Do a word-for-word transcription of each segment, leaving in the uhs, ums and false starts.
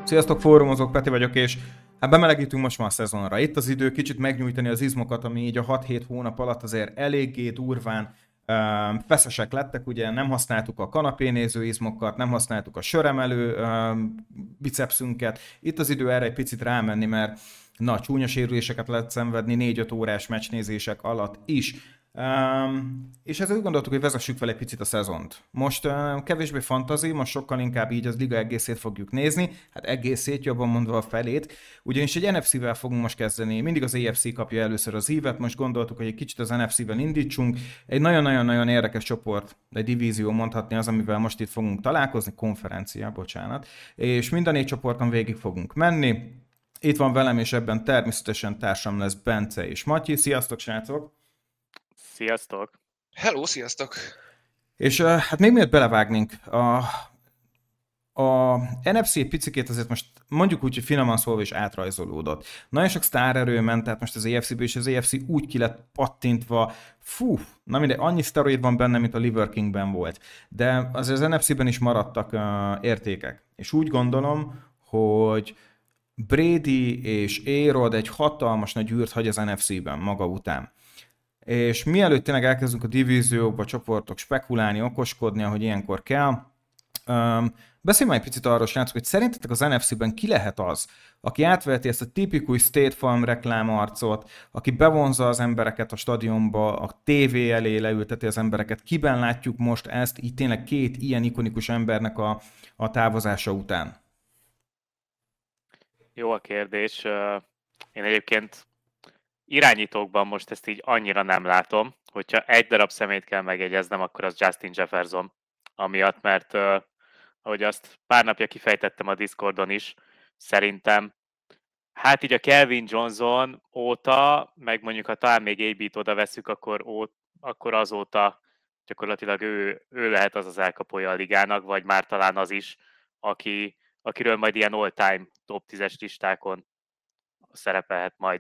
Sziasztok, fórumozók, Peti vagyok, és hát bemelegítünk most már a szezonra. Itt az idő kicsit megnyújtani az izmokat, ami így a hat-hét hónap alatt azért eléggé durván uh, feszesek lettek, ugye nem használtuk a kanapénéző izmokat, nem használtuk a söremelő uh, bicepszünket. Itt az idő erre egy picit rámenni, mert na, csúnya sérüléseket lehet szenvedni négy-öt órás meccsnézések alatt is. Um, és ezzel úgy gondoltuk, hogy vezessük fel egy picit a szezont. Most uh, kevésbé fantazi, most sokkal inkább így az liga egészét fogjuk nézni, hát egészét, jobban mondva a felét, ugyanis egy en ef cé-vel fogunk most kezdeni, mindig az á ef cé kapja először az ívet, most gondoltuk, hogy egy kicsit az en ef cé-vel indítsunk, egy nagyon-nagyon-nagyon érdekes csoport, egy divízió mondhatni az, amivel most itt fogunk találkozni, konferencia, bocsánat, és mind a négy csoporton végig fogunk menni. Itt van velem, és ebben természetesen társam lesz Bence és Matyi. Sziasztok, srácok! Sziasztok! Hello, sziasztok! És uh, hát még miért belevágnénk, a, a en ef cé picikét azért most mondjuk úgy, hogy finoman szólva is átrajzolódott. Nagyon sok sztárerő ment, tehát most az á ef cé-ből, és az á ef cé úgy ki lett pattintva, fú, na mindegy, annyi szteroid van benne, mint a Liver Kingben volt. De azért az en ef cé-ben is maradtak uh, értékek. És úgy gondolom, hogy Brady és A-Rod egy hatalmas nagy űrt hagy az en ef cé-ben maga után. És mielőtt tényleg elkezdünk a divíziókba, csoportok spekulálni, okoskodni, ahogy ilyenkor kell, um, beszélj már egy picit arról, srácok, hogy szerintetek az en ef cé-ben ki lehet az, aki átveheti ezt a tipikus State Farm reklámarcot, aki bevonza az embereket a stadionba, a tévé elé leülteti az embereket, kiben látjuk most ezt, így tényleg két ilyen ikonikus embernek a, a távozása után? Jó a kérdés. Én egyébként irányítókban most ezt így annyira nem látom, hogyha egy darab szemét kell megjegyeznem, akkor az Justin Jefferson amiatt, mert uh, ahogy azt pár napja kifejtettem a Discordon is, szerintem hát így a Calvin Johnson óta, meg mondjuk ha talán még á bé-t oda veszük, akkor, ó, akkor azóta gyakorlatilag ő, ő lehet az az elkapója a ligának, vagy már talán az is, aki, akiről majd ilyen all-time top tízes listákon szerepelhet majd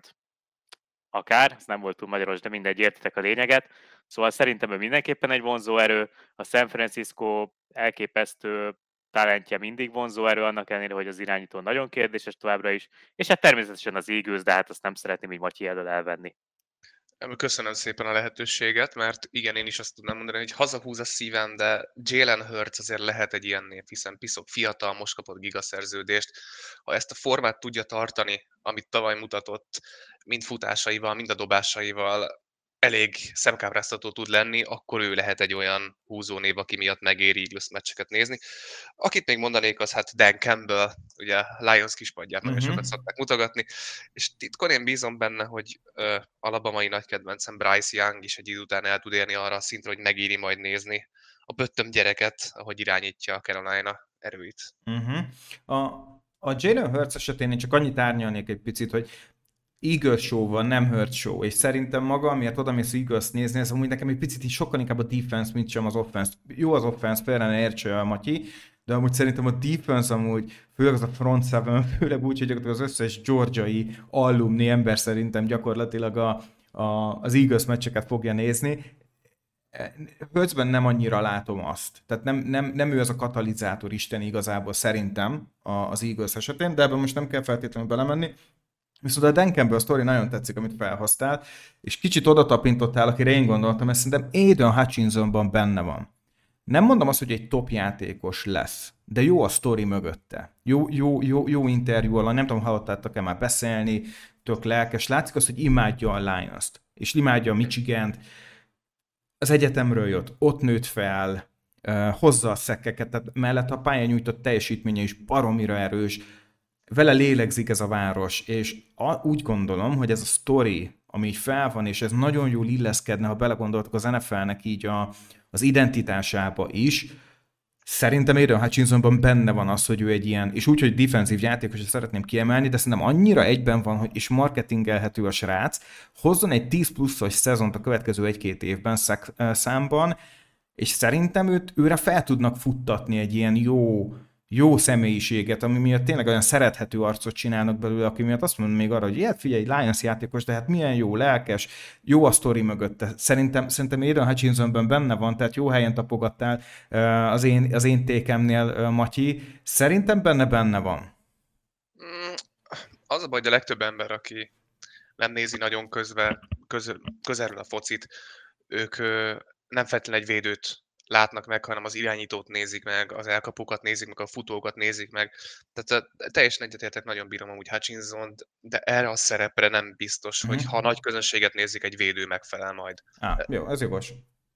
akár, ez nem volt túl magyaros, de mindegy, értitek a lényeget. Szóval szerintem ő mindenképpen egy vonzó erő, a San Francisco elképesztő talentje mindig vonzó erő, annak ellenére, hogy az irányító nagyon kérdéses továbbra is, és hát természetesen az Eagles, de hát azt nem szeretném így Matyi elől elvenni. Köszönöm szépen a lehetőséget, mert igen, én is azt tudnám mondani, hogy hazahúz a szívem, de Jalen Hurts azért lehet egy ilyen név, hiszen piszok fiatal, most kapott gigaszerződést. Ha ezt a formát tudja tartani, amit tavaly mutatott, mind futásaival, mind a dobásaival, elég szemkápráztató tud lenni, akkor ő lehet egy olyan húzónév, aki miatt megéri Eagles meccseket nézni. Akit még mondanék, az hát Dan Campbell, ugye Lions kispadját nagyon Mhm. sokat szokták mutogatni, és titkon én bízom benne, hogy uh, alabamai nagy kedvencem Bryce Young is egy idő után el tud érni arra a szintre, hogy megéri majd nézni a pöttöm gyereket, ahogy irányítja a Carolina erőit. Uh-huh. A, a Jalen Hurts esetén én csak annyit árnyalnék egy picit, hogy Eagles show van, nem Hurts show, és szerintem maga, miért oda mész Eagles nézni, ez amúgy nekem egy picit is sokkal inkább a defense, mint sem az offense. Jó az offense, félre ne értse a Matyi, de amúgy szerintem a defense amúgy, főleg az a front seven, főleg úgy, hogy az összes georgiai alumni ember szerintem gyakorlatilag a, a, az Eagles meccseket fogja nézni. Hurtsben nem annyira látom azt. Tehát nem, nem, nem ő az a katalizátor isten igazából szerintem az Eagles esetén, de ebben most nem kell feltétlenül belemenni. Viszont a Dan Campbell sztori nagyon tetszik, amit felhoztál, és kicsit oda tapintottál, akire én gondoltam, mert szerintem Aiden Hutchinsonban benne van. Nem mondom azt, hogy egy top játékos lesz, de jó a sztori mögötte. Jó, jó, jó, jó interjú alany, nem tudom, hallottátok-e már beszélni, tök lelkes. Látszik azt, hogy imádja a Lions-t, és imádja a Michigant. Az egyetemről jött, ott nőtt fel, hozza a szekkeket, tehát mellett a pályán nyújtott teljesítménye is baromira erős, vele lélegzik ez a város, és a, úgy gondolom, hogy ez a sztori, ami így fel van, és ez nagyon jól illeszkedne, ha belegondoltok az en ef el-nek így a, az identitásába is, szerintem Aiden Hutchinsonban benne van az, hogy ő egy ilyen, és úgy, hogy defenzív játékos, ezt szeretném kiemelni, de szerintem annyira egyben van, hogy és marketingelhető a srác, hozzon egy tíz pluszos szezont a következő egy-két évben szek, számban, és szerintem őt, őre fel tudnak futtatni egy ilyen jó, jó személyiséget, ami miatt tényleg olyan szerethető arcot csinálnak belőle, aki miatt azt mondom még arra, hogy ilyet figyelj, Lions játékos, de hát milyen jó, lelkes, jó a sztori mögötte. Szerintem, szerintem Aiden Hutchinsonban benne van, tehát jó helyen tapogattál az én, az én tékemnél, Matyi. Szerintem benne benne van. Az a baj, hogy a legtöbb ember, aki nem nézi nagyon közve, közel, közelről a focit, ők ö, nem feltétlenül egy védőt látnak meg, hanem az irányítót nézik meg, az elkapókat nézik meg, a futókat nézik meg. Tehát a, teljesen egyetértek, nagyon bírom amúgy Hutchinson, de erre a szerepre nem biztos, Mhm. hogy ha nagy közönséget nézik, egy védő megfelel majd. Á, jó, ez jogos.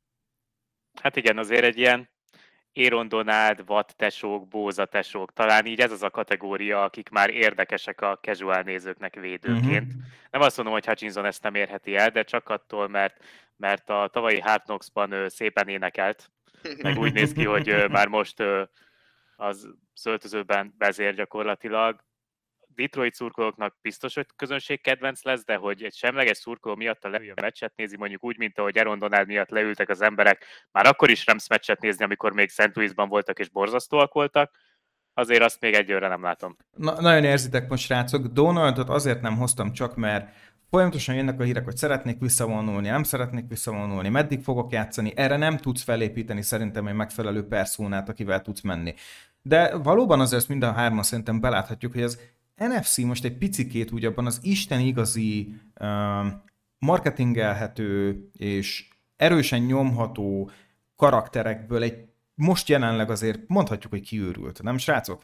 Hát igen, azért egy ilyen Aaron Donald, Watt tesók, Bóza tesók, talán így ez az a kategória, akik már érdekesek a casual nézőknek védőként. Mhm. Nem azt mondom, hogy Hutchinson ezt nem érheti el, de csak attól, mert, mert a tavalyi Hard Knocks-ban ő szépen énekelt, meg úgy néz ki, hogy ö, már most ö, az szöltözőben vezér gyakorlatilag. Detroit szurkolóknak biztos, hogy közönségkedvenc lesz, de hogy egy semleges szurkoló miatt a leülj a meccset nézi, mondjuk úgy, mint ahogy Aaron Donald miatt leültek az emberek, már akkor is Rams meccset nézni, amikor még Saint Louisban voltak és borzasztóak voltak, azért azt még egyőre nem látom. Na, nagyon érzitek most, srácok. Donaldot azért nem hoztam csak, mert folyamatosan jönnek a hírek, hogy szeretnék visszavonulni, nem szeretnék visszavonulni, meddig fogok játszani. Erre nem tudsz felépíteni szerintem egy megfelelő perszónát, akivel tudsz menni. De valóban azért mind a hárman szerintem beláthatjuk, hogy az en ef cé most egy picikét úgy abban az isten igazi uh, marketingelhető és erősen nyomható karakterekből egy most jelenleg azért mondhatjuk, hogy kiőrült, nem srácok?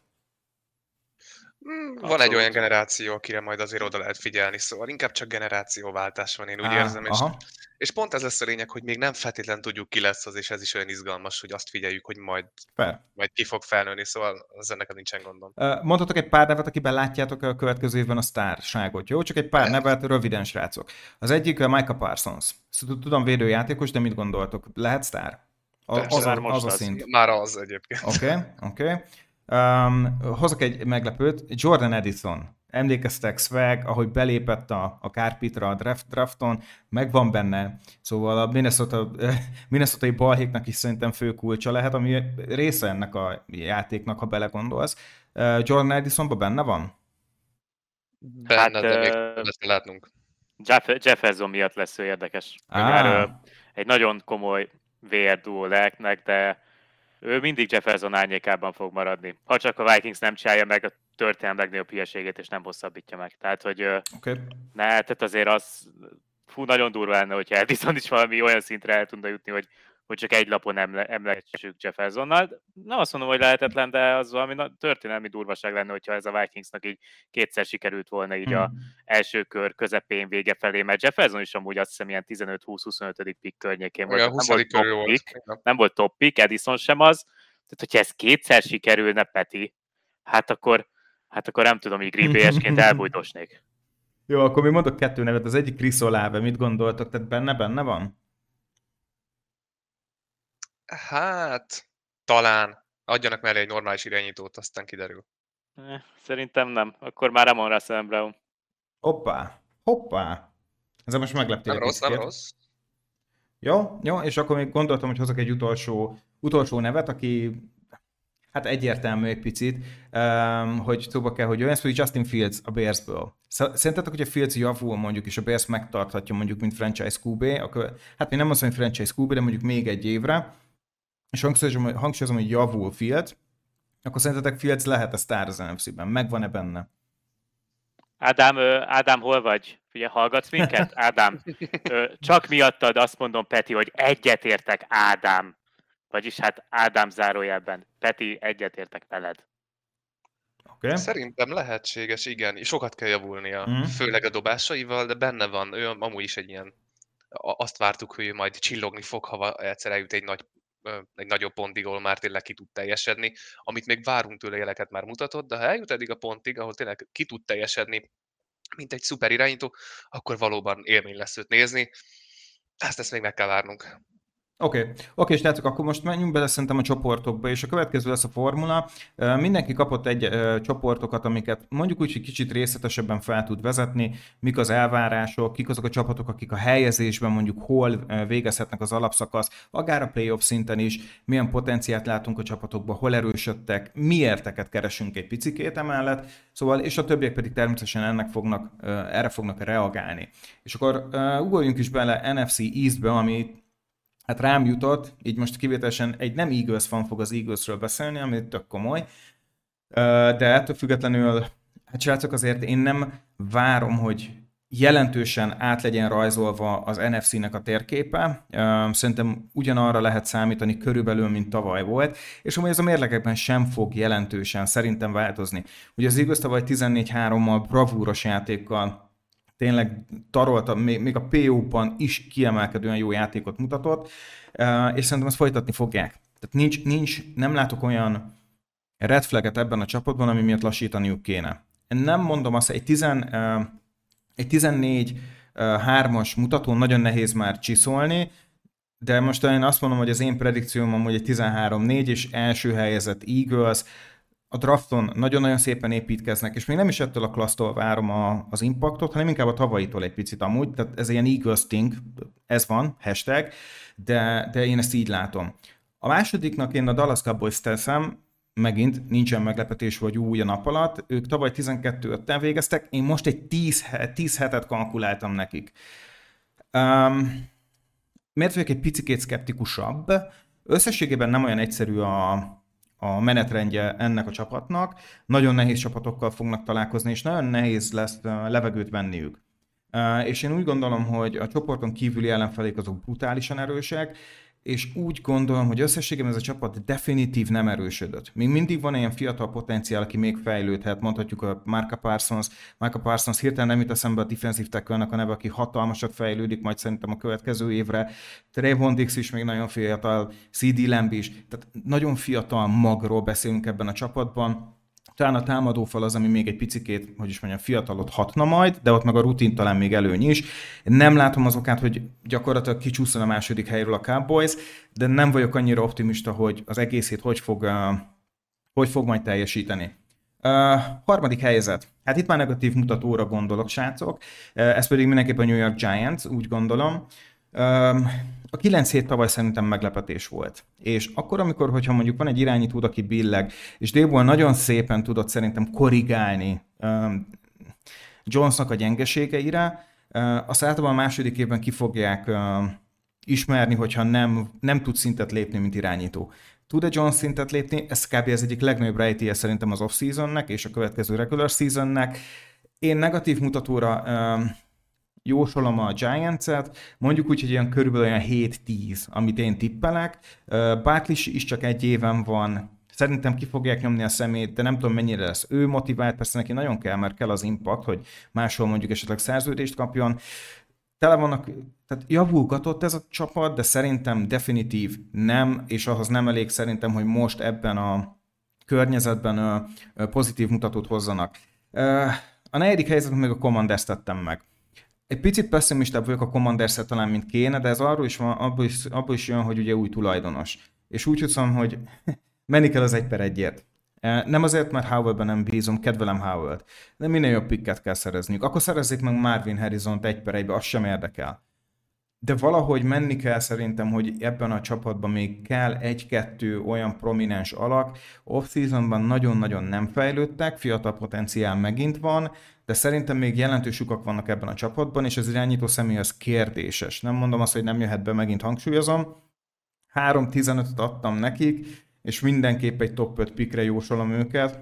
Mm, Van Abszolút. egy olyan generáció, akire majd azért oda lehet figyelni, szóval inkább csak generációváltás van, én úgy Á, érzem, és, aha. és pont ez lesz a lényeg, hogy még nem feltétlenül tudjuk, ki lesz az, és ez is olyan izgalmas, hogy azt figyeljük, hogy majd, Fair. majd ki fog felnőni, szóval az ennek nincsen gondom. Ö, Mondhatok egy pár nevet, akiben látjátok a következő évben a sztárságot, jó? Csak egy pár Lehet. nevet, röviden, srácok. Az egyik a Micah Parsons. Szóval tudom, védőjátékos, de mit gondoltok? Lehet sztár? A, Persze, az, már a, most az a az. szint. Már az egyébként. Oké, okay, oké. Okay. Um, hozok egy meglepőt. Jordan Addison. Emlékeztek, Swag, ahogy belépett a, a Carpitra a draft, drafton, megvan benne. Szóval a Minnesota, Minnesota-i balhéknak is szerintem fő kulcsa lehet, ami része ennek a játéknak, ha belegondolsz. Uh, Jordan Addisonban benne van? Benne, Hát, de még ö, ezt látunk. Jeff- Jefferson miatt lesz ő érdekes. Ő Á. már ö, egy nagyon komoly vé er duó lehetnek, de ő mindig Jefferson árnyékában fog maradni. Ha csak a Vikings nem csinálja meg a történelem legnagyobb hülyeségét, és nem hosszabbítja meg. Tehát, hogy ö, Oké. Okay. ne, tehát azért az, fú, nagyon durva lenne, hogyha Edison is valami olyan szintre el tudna jutni, hogy, hogy csak egy lapon emle, emlegetjük Jeffersonnal. Nem azt mondom, hogy lehetetlen, de az valami na- történelmi durvaság lenne, hogyha ez a Vikingsnak így kétszer sikerült volna így a Hmm. első kör közepén vége felé, mert Jefferson is amúgy azt hiszem ilyen tizenöt-húsz-huszonötödik pick környékén volt. Olyan Nem volt huszadik körül top volt. pick, nem volt top pick, Edison sem az. Tehát, hogyha ez kétszer sikerülne, Peti, hát akkor, hát akkor nem tudom, így Green Bay-esként elbújdosnék. Jó, akkor mi mondok kettő nevet. Az egyik Chris Olave. Mit gondoltok? Tehát benne, benne van? Hát, talán. Adjanak mellé egy normális irányítót, aztán kiderül. Eh, Szerintem nem. Akkor már Amon Russell Brown. Hoppá, hoppá. Ezzel most megleptél Nem egy rossz, nem picit. rossz. Jó, jó, és akkor még gondoltam, hogy hozok egy utolsó, utolsó nevet, aki hát egyértelmű egy picit, um, hogy szóba kell, hogy olyan, ez pedig Justin Fields a Bearsből. Szerintetek, hogy a Fields javul mondjuk, és a Bears megtarthatja mondjuk, mint franchise kú bé, akkor, hát még nem azt mondom, hogy franchise kú bé, de mondjuk még egy évre, és hangsúlyozom, hangsúlyozom hogy javul Fields, akkor szerintetek Fields lehet a sztár az en ef cé-ben? Megvan-e benne? Ádám, ö, Ádám, hol vagy? Figyelj, hallgatsz minket? Ádám, ö, csak miattad azt mondom, Peti, hogy egyetértek, Ádám. Vagyis hát Ádám zárójelben. Peti, egyetértek veled. Oké. Okay. Szerintem lehetséges, igen. Sokat kell javulnia, Mm. főleg a dobásaival, de benne van. Ő amúgy is egy ilyen... a- Azt vártuk, hogy ő majd csillogni fog, ha egyszer eljut egy, nagy, ö, egy nagyobb pontig, ahol már tényleg ki tud teljesedni. Amit még várunk tőle, jeleket már mutatott, de ha eljut eddig a pontig, ahol tényleg ki tud teljesedni, mint egy szuper irányító, akkor valóban élmény lesz őt nézni. Ezt, ezt még meg kell várnunk. Oké, okay. oké, és tehát akkor most menjünk bele szerintem a csoportokba, és a következő lesz a formula. Mindenki kapott egy uh, csoportokat, amiket mondjuk úgy, hogy kicsit részletesebben fel tud vezetni, mik az elvárások, kik azok a csapatok, akik a helyezésben mondjuk hol uh, végezhetnek az alapszakasz, akár a playoff szinten is, milyen potenciált látunk a csapatokban, hol erősödtek, miérteket keresünk egy picikét emellett, szóval, és a többiek pedig természetesen ennek fognak, uh, erre fognak reagálni. És akkor uh, ugorjunk is bele en ef cé Eastbe, ami hát rám jutott, így most kivételesen egy nem Eagles fan fog az Eaglesről beszélni, ami tök komoly, de ettől függetlenül Hát srácok, azért én nem várom, hogy jelentősen át legyen rajzolva az en ef cé-nek a térképe. Szerintem ugyanarra lehet számítani körülbelül, mint tavaly volt, és amúgy ez a mérlegekben sem fog jelentősen szerintem változni. Ugye az Eagles tavaly tizennégy hárommal bravúros játékkal tényleg tarolta, még, még a pé ó-ban is kiemelkedően jó játékot mutatott, és szerintem ezt folytatni fogják. Tehát nincs, nincs, nem látok olyan red flaget ebben a csapatban, ami miatt lassítaniuk kéne. Én nem mondom azt, egy, tizen, egy tizennégy hármas mutatón nagyon nehéz már csiszolni, de most én azt mondom, hogy az én predikcióm amúgy egy tizenhárom négy és első helyezett Eagles. A drafton nagyon-nagyon szépen építkeznek, és még nem is ettől a klassztól várom a, az impactot, hanem inkább a tavalyitól egy picit amúgy, tehát ez ilyen Eagles thing, ez van, hashtag, de, de én ezt így látom. A másodiknak én a Dallas Cowboys teszem, megint nincsen meglepetés, vagy új a nap alatt, ők tavaly tizenkettő öttel végeztek, én most egy tíz hetet kalkuláltam nekik. Um, miért vagyok egy picikét szkeptikusabb? Összességében nem olyan egyszerű a, a menetrendje ennek a csapatnak, nagyon nehéz csapatokkal fognak találkozni, és nagyon nehéz lesz levegőt venniük. Uh, és én úgy gondolom, hogy a csoporton kívüli ellenfelék azok brutálisan erősek, és úgy gondolom, hogy összességében ez a csapat definitív nem erősödött. Még mindig van ilyen fiatal potenciál, aki még fejlődhet, mondhatjuk a Micah Parsons. Micah Parsons hirtelen nem jut eszembe a defensive tackle-nek a neve, aki hatalmasat fejlődik, majd szerintem a következő évre. Trayvon Diggs is még nagyon fiatal, cé dé Lamb is, tehát nagyon fiatal magról beszélünk ebben a csapatban. Talán a támadófal az, ami még egy picikét, hogy is mondjam, fiatalodhatna majd, de ott meg a rutin talán még előny is. Nem látom az okát, hogy gyakorlatilag kicsúszol a második helyről a Cowboys, de nem vagyok annyira optimista, hogy az egészét hogy fog, uh, hogy fog majd teljesíteni. Uh, harmadik helyzet. Hát itt már negatív mutatóra gondolok, srácok. Uh, ez pedig mindenképpen a New York Giants, úgy gondolom. Uh, A kilenc hét tavaly szerintem meglepetés volt. És akkor, amikor, hogyha mondjuk van egy irányítód, aki billeg, és Dable nagyon szépen tudott szerintem korrigálni um, Jonesnak a gyengeségeire, uh, azt általában a második évben ki fogják uh, ismerni, hogyha nem, nem tud szintet lépni, mint irányító. Tud-e Jones szintet lépni? Ez kb. Az egyik legnagyobb rejtélye szerintem az off-seasonnek és a következő regular seasonnek. Én negatív mutatóra um, jósolom a Giants-et, mondjuk úgy, hogy olyan körülbelül olyan hét tíz, amit én tippelek. Barkley is csak egy éven van, szerintem ki fogják nyomni a szemét, de nem tudom mennyire lesz ő motivált, persze neki nagyon kell, mert kell az impact, hogy máshol mondjuk esetleg szerződést kapjon. Tele vannak, tehát javulgatott ez a csapat, de szerintem definitív nem, és ahhoz nem elég szerintem, hogy most ebben a környezetben pozitív mutatót hozzanak. A negyedik helyzetben meg a Commanders tettem meg. Egy picit pessimistább vagyok a Commanders-et talán, mint kéne, de ez arról is van, abból is, abból is jön, hogy ugye új tulajdonos. És úgy hiszem, hogy menni kell az egy per egyért. Nem azért, mert Howell-ben nem bízom, kedvelem Howell-t, de minél jobb pikket kell szerezniük. Akkor szerezzék meg Marvin Harrison-t egy per egybe, az sem érdekel. De valahogy menni kell szerintem, hogy ebben a csapatban még kell egy-kettő olyan prominens alak. Off-seasonban nagyon-nagyon nem fejlődtek, fiatal potenciál megint van, de szerintem még jelentős lyukak vannak ebben a csapatban, és az irányító személy az kérdéses. Nem mondom azt, hogy nem jöhet be, megint hangsúlyozom. három tizenötöt adtam nekik, és mindenképp egy top öt pickre jósolom őket.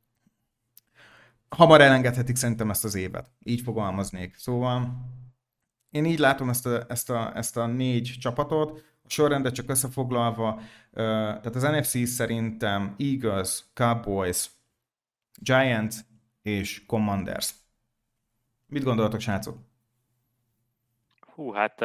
Hamar elengedhetik szerintem ezt az évet. Így fogalmaznék. Szóval én így látom ezt a, ezt a, ezt a négy csapatot. A sorrendet csak összefoglalva, tehát az en ef cé szerintem Eagles, Cowboys, Giants és Commanders. Mit gondoltok, srácok? Hú, hát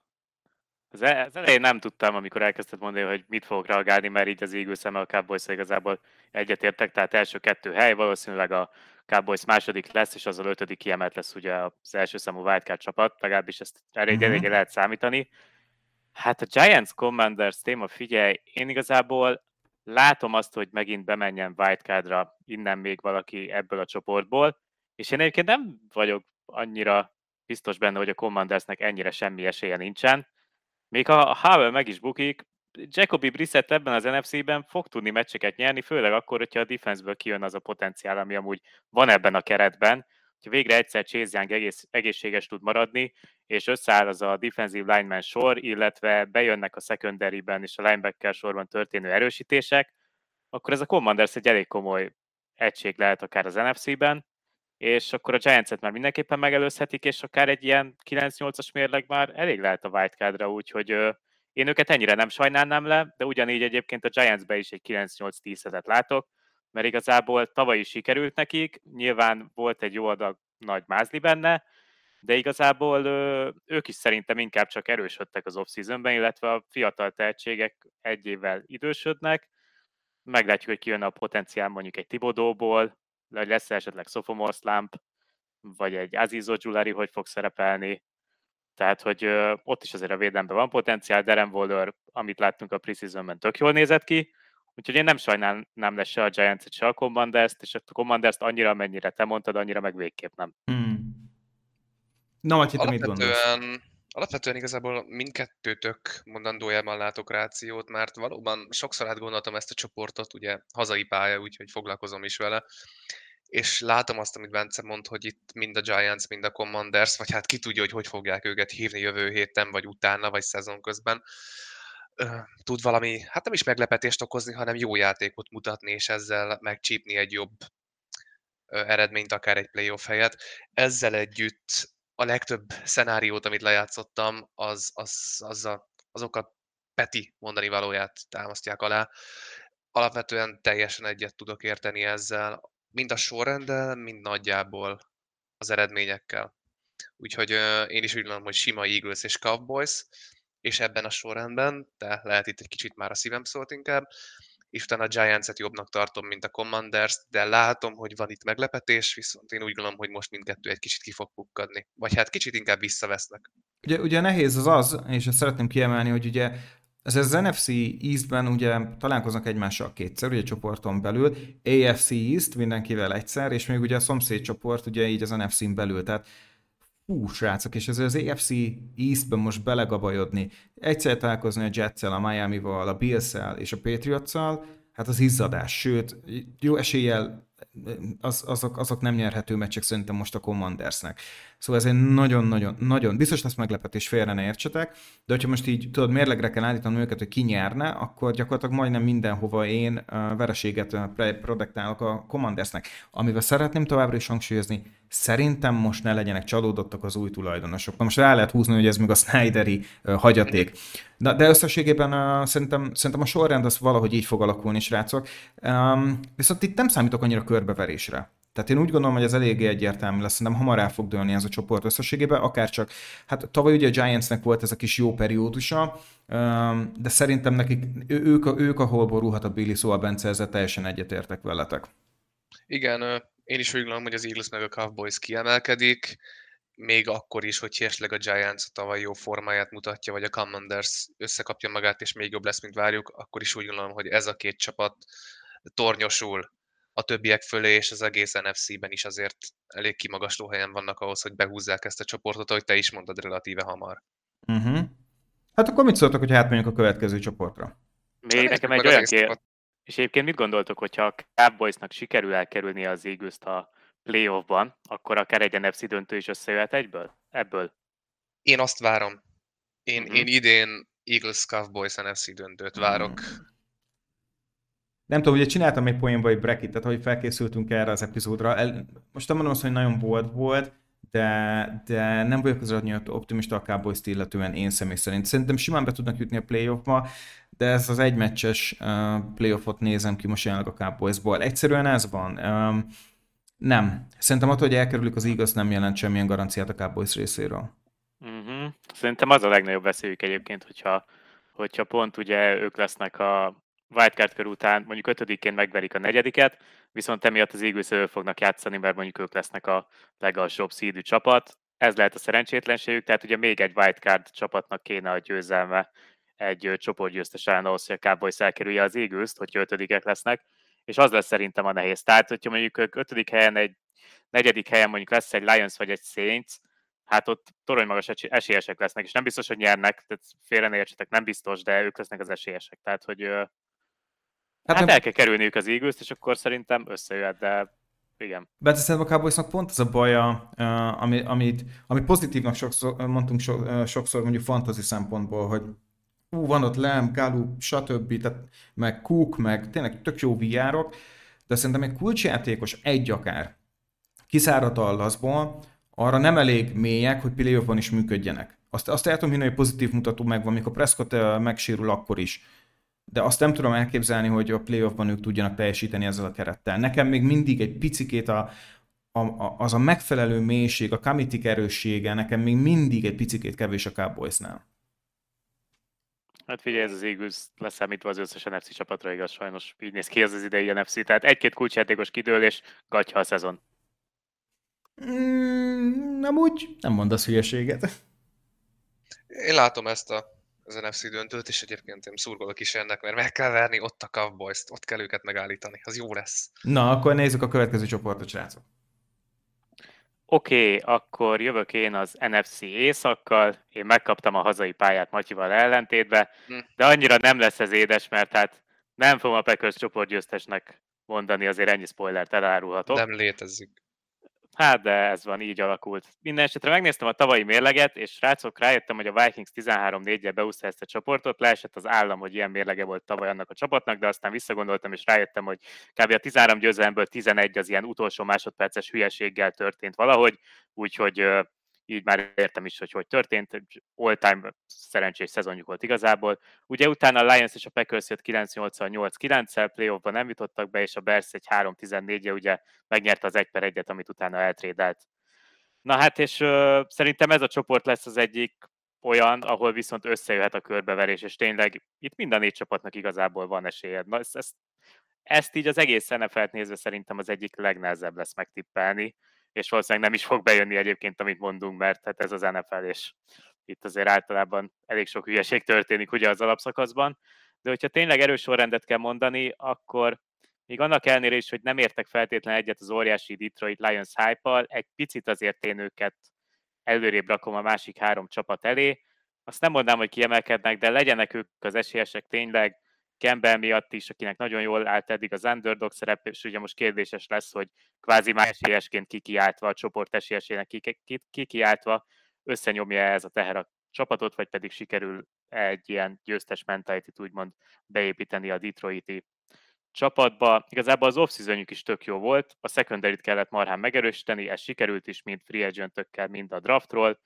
az elején nem tudtam, amikor elkezdted mondani, hogy mit fogok reagálni, mert így az Eagles szemmel a Cowboys igazából egyetértek, tehát első kettő hely, valószínűleg a Cowboys második lesz, és az a ötödik kiemelt lesz ugye az első számú wildcard csapat, legalábbis ezt elég uh-huh. eléggé lehet számítani. Hát a Giants Commanders téma, figyelj, én igazából látom azt, hogy megint bemenjen wildcardra innen még valaki ebből a csoportból, és én egyébként nem vagyok annyira biztos benne, hogy a Commandersnek ennyire semmi esélye nincsen. Még ha a Howell meg is bukik, Jacoby Brissett ebben az en ef cé-ben fog tudni meccseket nyerni, főleg akkor, hogyha a defenseből kijön az a potenciál, ami amúgy van ebben a keretben, hogyha végre egyszer Chase Young egész, egészséges tud maradni, és összeáll az a defensive lineman sor, illetve bejönnek a secondary-ben és a linebacker sorban történő erősítések, akkor ez a Commanders egy elég komoly egység lehet akár az en ef cé-ben, és akkor a Giants-et már mindenképpen megelőzhetik, és akár egy ilyen kilenc nyolcas mérleg már elég lehet a wildcardra, úgyhogy ö, én őket ennyire nem sajnálnám le, de ugyanígy egyébként a Giants-be is egy kilenc nyolc tízet látok, mert igazából tavaly is sikerült nekik, nyilván volt egy jó adag nagy mázli benne, de igazából ö, ők is szerintem inkább csak erősödtek az off-seasonben, illetve a fiatal tehetségek egy évvel idősödnek, meglátjuk, hogy kijön a potenciál mondjuk egy Thibodeauból, vagy lesz esetleg sophomore slump, vagy egy Aziz Ojulari, hogy fog szerepelni. Tehát, hogy ö, ott is azért a védelemben van potenciál, Darren Waller, amit láttunk a preseasonben, tök jól nézett ki, úgyhogy én nem sajnálnám le se a Giants-et, se a Commanders-t, és a Commanders-t annyira, mennyire te mondtad, annyira meg végképp nem. Hmm. Na, Matyi, te mit gondolsz? Alapvetően, alapvetően igazából mindkettőtök mondandójában látok rációt, mert valóban sokszor átgondoltam ezt a csoportot, ugye hazai pálya, úgyhogy foglalkozom is vele, és látom azt, amit Bence mond, hogy itt mind a Giants, mind a Commanders, vagy hát ki tudja, hogy hogy fogják őket hívni jövő héten, vagy utána, vagy szezon közben, ö, tud valami, hát nem is meglepetést okozni, hanem jó játékot mutatni, és ezzel megcsípni egy jobb ö, eredményt, akár egy playoff helyet. Ezzel együtt a legtöbb szenáriót, amit lejátszottam, az, az, az a, azok a Peti mondani valóját támasztják alá. Alapvetően teljesen egyet tudok érteni ezzel, mind a sorrenddel, mind nagyjából az eredményekkel. Úgyhogy ö, én is úgy gondolom, hogy sima Eagles és Cowboys, és ebben a sorrendben, de lehet itt egy kicsit már a szívem szólt inkább, és utána a Giants-et jobbnak tartom, mint a Commanders, de látom, hogy van itt meglepetés, viszont én úgy gondolom, hogy most mindkettő egy kicsit ki fog pukkadni. Vagy hát kicsit inkább visszavesznek. Ugye, ugye nehéz az az, és ezt szeretném kiemelni, hogy ugye ez az en ef cé Eastben ugye találkoznak egymással kétszer, ugye csoporton belül, á ef cé East mindenkivel egyszer, és még ugye a szomszéd csoport ugye így az en ef cén belül, tehát hú, srácok, és ez az á ef cé Eastben most belegabajodni, egyszer találkozni a Jetszel, a Miamival, a Billszel és a Patriots-szal, hát az izzadás, sőt, jó eséllyel az, azok, azok nem nyerhető meccsek szerintem most a Commandersnek. Szóval ez egy nagyon-nagyon, nagyon, biztos lesz meglepetés, félre ne értsetek, de hogyha most így, tudod, mérlegre kell állítanom őket, hogy ki nyerne, akkor gyakorlatilag majdnem mindenhova én uh, vereséget uh, produktálok a Commandersnek. Amivel szeretném továbbra is hangsúlyozni, szerintem most ne legyenek csalódottak az új tulajdonosok. Na most rá lehet húzni, hogy ez még a Snyderi uh, hagyaték. De, de összességében uh, szerintem, szerintem a sorrend az valahogy így fog alakulni, srácok. Um, viszont itt nem számítok annyira körbeverésre. Tehát én úgy gondolom, hogy ez eléggé egyértelmű lesz, szerintem hamar el fog dőlni ez a csoport összességében, akárcsak, hát tavaly ugye a Giantsnek volt ez a kis jó periódusa, de szerintem nekik, ők, ők ahol borulhat a Billy, szóval Bence, ezzel teljesen egyetértek veletek. Igen, én is úgy gondolom, hogy az Eagles meg a Cowboys kiemelkedik, még akkor is, hogy esetleg a Giants a tavaly jó formáját mutatja, vagy a Commanders összekapja magát, és még jobb lesz, mint várjuk, akkor is úgy gondolom, hogy ez a két csapat tornyosul a többiek fölé, és az egész en ef cé-ben is azért elég kimagasló helyen vannak ahhoz, hogy behúzzák ezt a csoportot, ahogy te is mondtad, relatíve hamar. Uh-huh. Hát akkor mit szóltak, hogy átmegyünk a következő csoportra? Még nekem egy olyan kérdés. És egyébként mit gondoltok, hogyha a Cowboysnak sikerül elkerülni az Eagles-t a playoffban, akkor akár egy en ef cé döntő is összejöhet egyből? Ebből? Én azt várom. Én, uh-huh. én idén Eagles Cowboys en ef cé döntőt várok. Hmm. Nem tudom, ugye csináltam egy poénba egy bracketet, hogy felkészültünk erre az epizódra. El, most nem mondom azt, hogy nagyon bold volt, de, de nem vagyok az annyira optimista a Cowboys-t illetően én személy szerint. Szerintem simán be tudnak jutni a playoffba, de ez az egymeccses uh, playoffot nézem ki most jelenleg a Cowboysból. Egyszerűen ez van. Um, nem. Szerintem attól, hogy elkerülik az Eagles, nem jelent semmilyen garanciát a Cowboys részéről. Uh-huh. Szerintem az a legnagyobb veszélyük egyébként, hogyha, hogyha pont ugye ők lesznek a wildcard kör után, mondjuk ötödikén megverik a negyediket, viszont emiatt az Eagles elő fognak játszani, mert mondjuk ők lesznek a legalsóbb szídű csapat. Ez lehet a szerencsétlenségük, tehát ugye még egy wildcard csapatnak kéne a győzelme egy csoportgyőztes ellen ahhoz, hogy a Cowboys elkerülje az Eagles-t, hogyha ötödikek lesznek, és az lesz szerintem a nehéz. Tehát, hogyha mondjuk ők ötödik helyen, egy negyedik helyen mondjuk lesz egy Lions vagy egy Saints, hát ott toronymagas esélyesek lesznek, és nem biztos, hogy nyernek, tehát félre ne értsetek, nem biztos, de ők lesznek az esélyesek. Tehát, hogy hát, hát el kell kerülniük az Eagles-t, és akkor szerintem összejöhet, de igen. Bence, szerintem a Cowboysnak pont az a baja, ami, amit, amit pozitívnak sokszor, mondtunk so, sokszor mondjuk fantasy szempontból, hogy hú, van ott Lamb, Gallup, stb., tehát, meg Cook, meg tényleg tök jó vé er-ok, de szerintem egy kulcsjátékos egy akár, kiszáradt Dallasból, arra nem elég mélyek, hogy playoffban is működjenek. Azt, azt el tudom hinni, hogy pozitív mutató megvan, mikor Prescott megsérül akkor is. De azt nem tudom elképzelni, hogy a playoffban ők tudjanak teljesíteni ezzel a kerettel. Nekem még mindig egy picikét a, a, a, az a megfelelő mélység, a committee erőssége nekem még mindig egy picikét kevés a Cowboysnál. Hát figyelj, ez az Eagles leszámítva az összes en ef cé csapatra, igaz, sajnos így néz ki ez az idei en ef cé. Tehát egy-két kulcsjátékos kidőlés, gatyha a szezon. Mm, nem úgy, nem mondasz hülyeséget. Én látom ezt a, az en ef cé döntőt, és egyébként én szurkolok is ennek, mert meg kell verni ott a Cowboys-t, ott kell őket megállítani, az jó lesz. Na, akkor nézzük a következő csoportot, srácok. Oké, okay, akkor jövök én az en ef cé Északkal, én megkaptam a hazai pályát Matyival ellentétbe, hm. de annyira nem lesz ez édes, mert hát nem fogom a Packers csoportgyőztesnek mondani, azért ennyi spoilert elárulhatok. Nem létezik. Hát, de ez van, így alakult. Minden esetre megnéztem a tavalyi mérleget, és srácok, rájöttem, hogy a Vikings tizenhárom négyel beúszta ezt a csoportot, leesett az állam, hogy ilyen mérlege volt tavaly annak a csapatnak, de aztán visszagondoltam, és rájöttem, hogy kb. A tizenhárom győzelemből tizenegy az ilyen utolsó másodperces hülyeséggel történt valahogy, úgyhogy így már értem is, hogy hogy történt, all-time szerencsés szezonjuk volt igazából. Ugye utána a Lions és a Packers jött kilenc nyolc nyolc kilenccel, playoffban nem jutottak be, és a Bears egy három tizennégyel ugye megnyerte az egy per egyet, amit utána eltrédelt. Na hát, és uh, szerintem ez a csoport lesz az egyik olyan, ahol viszont összejöhet a körbeverés, és tényleg itt mind a négy csapatnak igazából van esélye. Na, ezt, ezt, ezt így az egész en ef el-t nézve szerintem az egyik legnehezebb lesz megtippelni, és valószínűleg nem is fog bejönni egyébként, amit mondunk, mert hát ez az en ef el, és itt azért általában elég sok hülyeség történik ugye az alapszakaszban, de hogyha tényleg erős sorrendet kell mondani, akkor még annak ellenére is, hogy nem értek feltétlenül egyet az óriási Detroit Lions hype-al, egy picit azért én őket előrébb rakom a másik három csapat elé. Azt nem mondanám, hogy kiemelkednek, de legyenek ők az esélyesek tényleg, Campbell miatt is, akinek nagyon jól állt eddig az underdog szerep, és ugye most kérdéses lesz, hogy kvázi már esélyesként kikiáltva, a csoport esélyesének kikiáltva összenyomja ez a teher a csapatot, vagy pedig sikerül egy ilyen győztes mentalityt úgymond beépíteni a Detroiti csapatba. Igazából az off-seasonjük is tök jó volt, a secondary-t kellett marhán megerősíteni, ez sikerült is, mind free agent-ökkel, mind a draftról.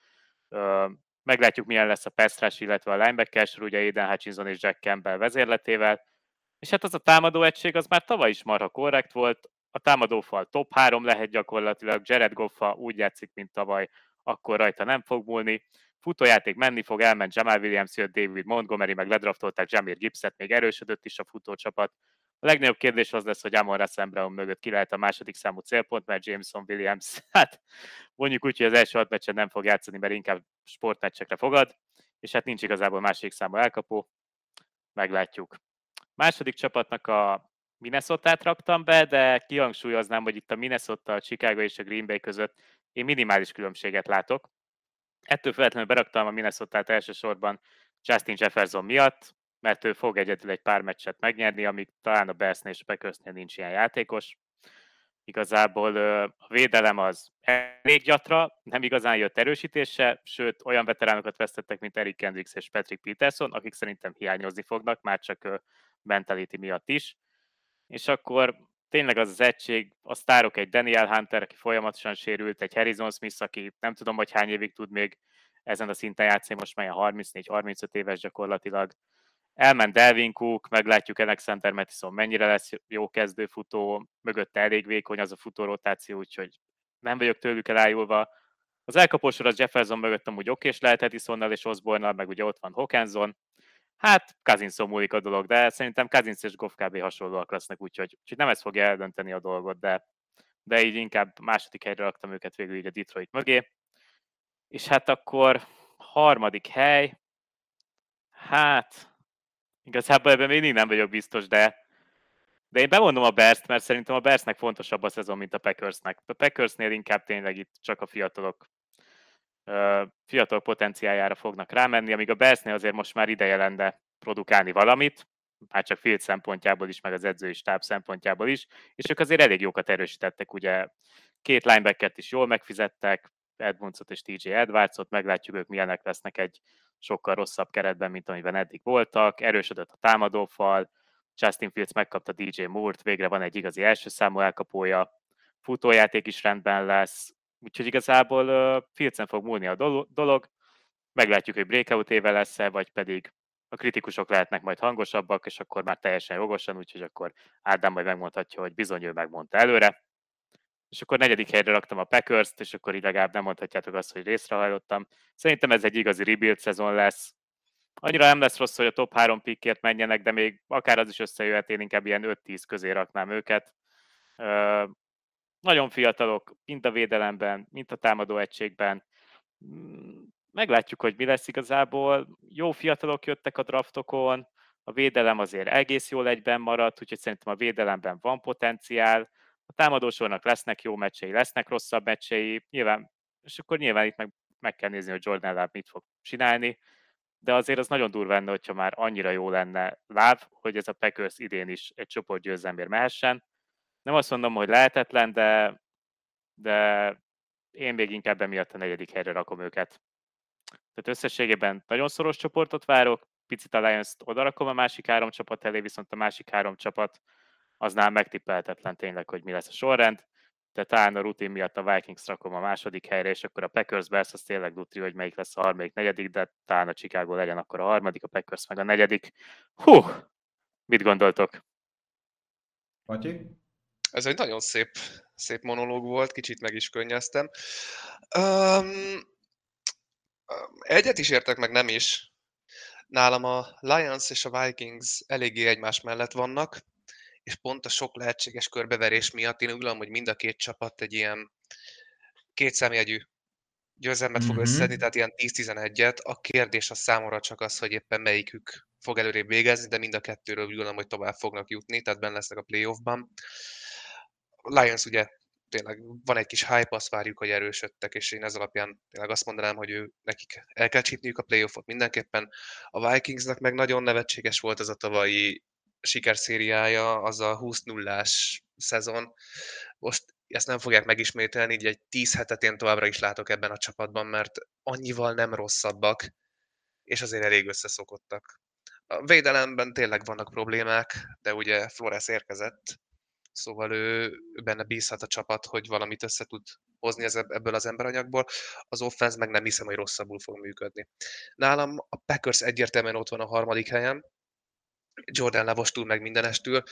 Meglátjuk, milyen lesz a pass rush, illetve a linebacker sor, ugye Aiden Hutchinson és Jack Campbell vezérletével. És hát az a támadó egység, az már tavaly is marha korrekt volt, a támadófal top három lehet gyakorlatilag, Jared Goffa úgy játszik, mint tavaly, akkor rajta nem fog múlni. Futójáték menni fog, elment Jamal Williams, jött David Montgomery, meg ledraftolták Jahmyr Gibbset, még erősödött is a futócsapat. A legnagyobb kérdés az lesz, hogy Amon-Ra Saint Brown mögött ki lehet a második számú célpont, mert Jameson Williams, hát mondjuk úgy, hogy az első hat meccsen nem fog játszani, mert inkább sportmeccsekre fogad, és hát nincs igazából második számú elkapó, meglátjuk. Második csapatnak a Minnesotát raktam be, de kihangsúlyoznám, hogy itt a Minnesota, a Chicago és a Green Bay között én minimális különbséget látok. Ettől feltétlenül beraktam a Minnesotát elsősorban Justin Jefferson miatt, mert ő fog egyedül egy pár meccset megnyerni, amíg talán a Bearsnél és a Packersnél nincs ilyen játékos. Igazából a védelem az elég gyatra, nem igazán jött erősítése, sőt olyan veteránokat vesztettek, mint Eric Kendricks és Patrick Peterson, akik szerintem hiányozni fognak, már csak mentality miatt is. És akkor tényleg az az egység, a sztárok egy Daniel Hunter, aki folyamatosan sérült, egy Harrison Smith, aki nem tudom, hogy hány évig tud még ezen a szinten játszani, most már harmincnégy harmincöt éves gyakorlatilag. Elment Delvin Cook, meglátjuk Alexander Mattison mennyire lesz jó kezdőfutó, mögötte elég vékony az a futórotáció, úgyhogy nem vagyok tőlük elájulva. Az elkapósor az Jefferson mögött amúgy okés lehet Edisonnal és Osborne-nal, meg ugye ott van Hawkinson. Hát Cousinson múlik a dolog, de szerintem Cousins és Goff kb. Hasonlóak lesznek, úgyhogy, úgyhogy nem ez fogja eldönteni a dolgot, de, de így inkább második helyre raktam őket végül így a Detroit mögé. És hát akkor harmadik hely, hát igazából ebben mindig nem vagyok biztos, de, de én bemondom a Bears-t, mert szerintem a Bearsnek fontosabb a szezon, mint a Packersnek. A Packersnél inkább tényleg itt csak a fiatalok uh, fiatal potenciáljára fognak rámenni, amíg a Bearsnél azért most már ideje lenne produkálni valamit, már csak Field szempontjából is, meg az edzői stáb szempontjából is, és ők azért elég jókat erősítettek, ugye két linebackert is jól megfizettek, Edmundsot és té jé Edwardsot, meglátjuk ők milyenek lesznek egy sokkal rosszabb keretben, mint amiben eddig voltak, erősödött a támadófal, Justin Fields megkapta dé jé Moore-t, végre van egy igazi első számú elkapója, futójáték is rendben lesz, úgyhogy igazából uh, Fields-en fog múlni a dolog, meglátjuk, hogy breakout éve lesz-e, vagy pedig a kritikusok lehetnek majd hangosabbak, és akkor már teljesen jogosan, úgyhogy akkor Ádám majd megmondhatja, hogy bizony ő megmondta előre. És akkor negyedik helyre raktam a Packers-t, és akkor így legalább nem mondhatjátok azt, hogy részrehajlottam. Szerintem ez egy igazi rebuild szezon lesz. Annyira nem lesz rossz, hogy a top három pickért menjenek, de még akár az is összejöhet, én inkább ilyen öt-tíz közé raknám őket. Ö, nagyon fiatalok, mind a védelemben, mind a támadó egységben. Meglátjuk, hogy mi lesz igazából. Jó fiatalok jöttek a draftokon, a védelem azért egész jól egyben maradt, úgyhogy szerintem a védelemben van potenciál. A támadósornak lesznek jó meccsei, lesznek rosszabb meccsei, nyilván, és akkor nyilván itt meg, meg kell nézni, hogy Jordan Love mit fog csinálni, de azért az nagyon durva lenne, hogyha már annyira jó lenne Love, hogy ez a Packers idén is egy csoportgyőzelemért mehessen. Nem azt mondom, hogy lehetetlen, de, de én még inkább emiatt a negyedik helyre rakom őket. Tehát összességében nagyon szoros csoportot várok, picit a Lions-t odarakom a másik három csapat elé, viszont a másik három csapat aznál megtippelhetetlen tényleg, hogy mi lesz a sorrend. De talán a rutin miatt a Vikings rakom a második helyre, és akkor a Packers Bears az tényleg dutri, hogy melyik lesz a harmadik, negyedik, de talán a Chicago legyen akkor a harmadik, a Packers meg a negyedik. Hú, mit gondoltok? Matyi? Ez egy nagyon szép, szép monológ volt, kicsit meg is könnyeztem. Um, egyet is értek, meg nem is. Nálam a Lions és a Vikings eléggé egymás mellett vannak, és pont a sok lehetséges körbeverés miatt én úgy gondolom, hogy mind a két csapat egy ilyen kétszámjegyű győzelmet fog Mhm. összedni, tehát ilyen tíz-tizenegyet. A kérdés a számomra csak az, hogy éppen melyikük fog előrébb végezni, de mind a kettőről úgy gondolom, hogy tovább fognak jutni, tehát benne lesznek a playoffban. A Lions ugye tényleg van egy kis hype, azt várjuk, hogy erősödtek, és én ez alapján tényleg azt mondanám, hogy ő, nekik el kell csípniük a playoffot mindenképpen. A Vikingsnak meg nagyon nevetséges volt ez a tavalyi sikerszériája, az a húsz nullás szezon. Most ezt nem fogják megismételni, így egy tíz hetet én továbbra is látok ebben a csapatban, mert annyival nem rosszabbak, és azért elég összeszokottak. A védelemben tényleg vannak problémák, de ugye Flores érkezett, szóval ő benne bízhat a csapat, hogy valamit össze tud hozni ebből az emberanyagból. Az offense meg nem hiszem, hogy rosszabbul fog működni. Nálam a Packers egyértelműen ott van a harmadik helyen, Jordan Love-ostól meg mindenestől.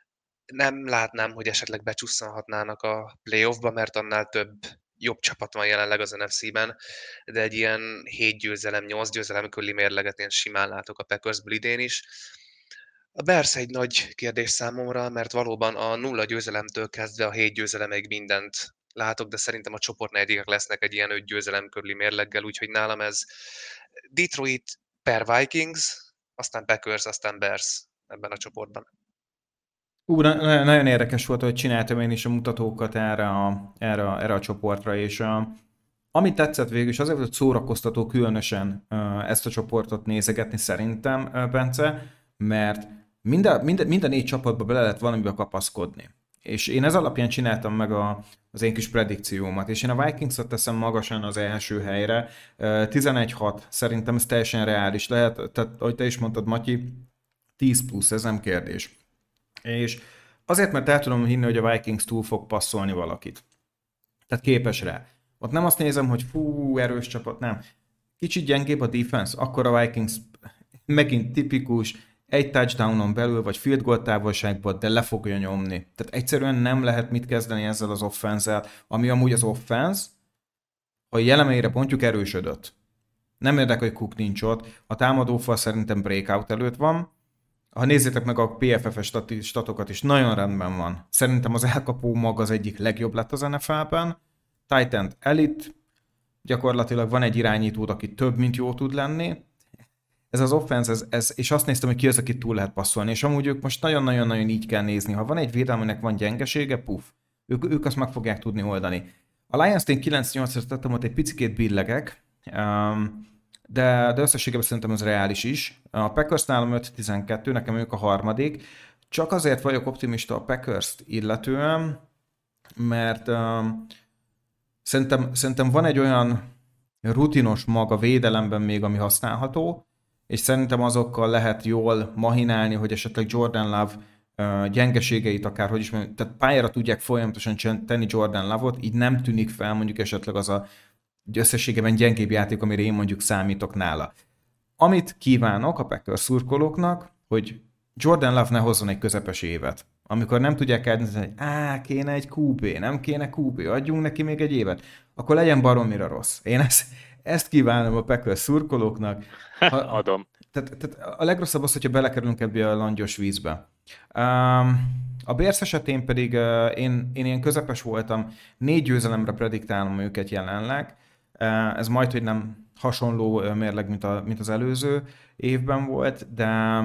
Nem látnám, hogy esetleg becsusszanhatnának a playoffba, mert annál több jobb csapat van jelenleg az en ef cé-ben, de egy ilyen hét győzelem, nyolc győzelem körüli mérleget én simán látok a Packersből idén is. A Bears egy nagy kérdés számomra, mert valóban a nulla győzelemtől kezdve a hét győzelemig mindent látok, de szerintem a csoport negyedikek lesznek egy ilyen öt győzelem körüli mérleggel, úgyhogy nálam ez Detroit per Vikings, aztán Packers, aztán Bears ebben a csoportban. Ú, na- nagyon érdekes volt, hogy csináltam én is a mutatókat erre a, erre a, erre a csoportra, és a, ami tetszett végül, és azért volt szórakoztató különösen uh, ezt a csoportot nézegetni szerintem, uh, Bence, mert minden, minden, minden négy csapatba bele lehet valamibe kapaszkodni. És én ez alapján csináltam meg a, az én kis predikciómat, és én a Vikings-ot teszem magasan az első helyre. Uh, tizenegy hat, szerintem ez teljesen reális lehet, tehát ahogy te is mondtad, Matyi, tíz plusz, ez nem kérdés. És azért, mert el tudom hinni, hogy a Vikings túl fog passzolni valakit. Tehát képes rá. Ott nem azt nézem, hogy fú, erős csapat, nem. Kicsit gyengébb a defense, akkor a Vikings megint tipikus, egy touchdownon belül, vagy field goal távolságban, de le fogja nyomni. Tehát egyszerűen nem lehet mit kezdeni ezzel az offense-el, ami amúgy az offense, ha jelemeire pontjuk, erősödött. Nem érdekel, hogy Cook nincs ott. A támadófal szerintem breakout előtt van. Ha nézzétek meg a pé ef ef-es statokat is, nagyon rendben van. Szerintem az elkapó mag az egyik legjobb lett az en ef el-ben. Titan Elite, gyakorlatilag van egy irányítód, aki több, mint jó tud lenni. Ez az offense, ez, ez, és azt néztem, hogy ki az, akit túl lehet passzolni, és amúgy ők most nagyon-nagyon-nagyon így kell nézni. Ha van egy védelmének van gyengesége, puff, ők, ők azt meg fogják tudni oldani. A Lions-t én kilenc nyolcra tettem, ott egy picikét billegek, um, de, de összességében szerintem ez reális is. A Packers nálam öt tizenkettő, nekem ők a harmadik. Csak azért vagyok optimista a Packers-t illetően, mert um, szerintem, szerintem van egy olyan rutinos mag a védelemben még, ami használható, és szerintem azokkal lehet jól mahinálni, hogy esetleg Jordan Love gyengeségeit akár, hogy is mondjam, tehát pályára tudják folyamatosan tenni Jordan Love-ot, így nem tűnik fel mondjuk esetleg az a összességében gyengébb játék, amire én mondjuk számítok nála. Amit kívánok a Packers szurkolóknak, hogy Jordan Love ne hozzon egy közepes évet. Amikor nem tudják eldönteni, hogy á, kéne egy kú bé, nem kéne kú bé, adjunk neki még egy évet, akkor legyen baromira rossz. Én ezt, ezt kívánom a Packers szurkolóknak. Ha, Adom. Tehát, tehát a legrosszabb az, hogyha belekerülünk ebbe a langyos vízbe. Um, a Bears esetén pedig uh, én, én ilyen közepes voltam, négy győzelemre prediktálom őket jelenleg. Uh, ez majd, hogy nem hasonló uh, mérleg, mint, a, mint az előző évben volt, de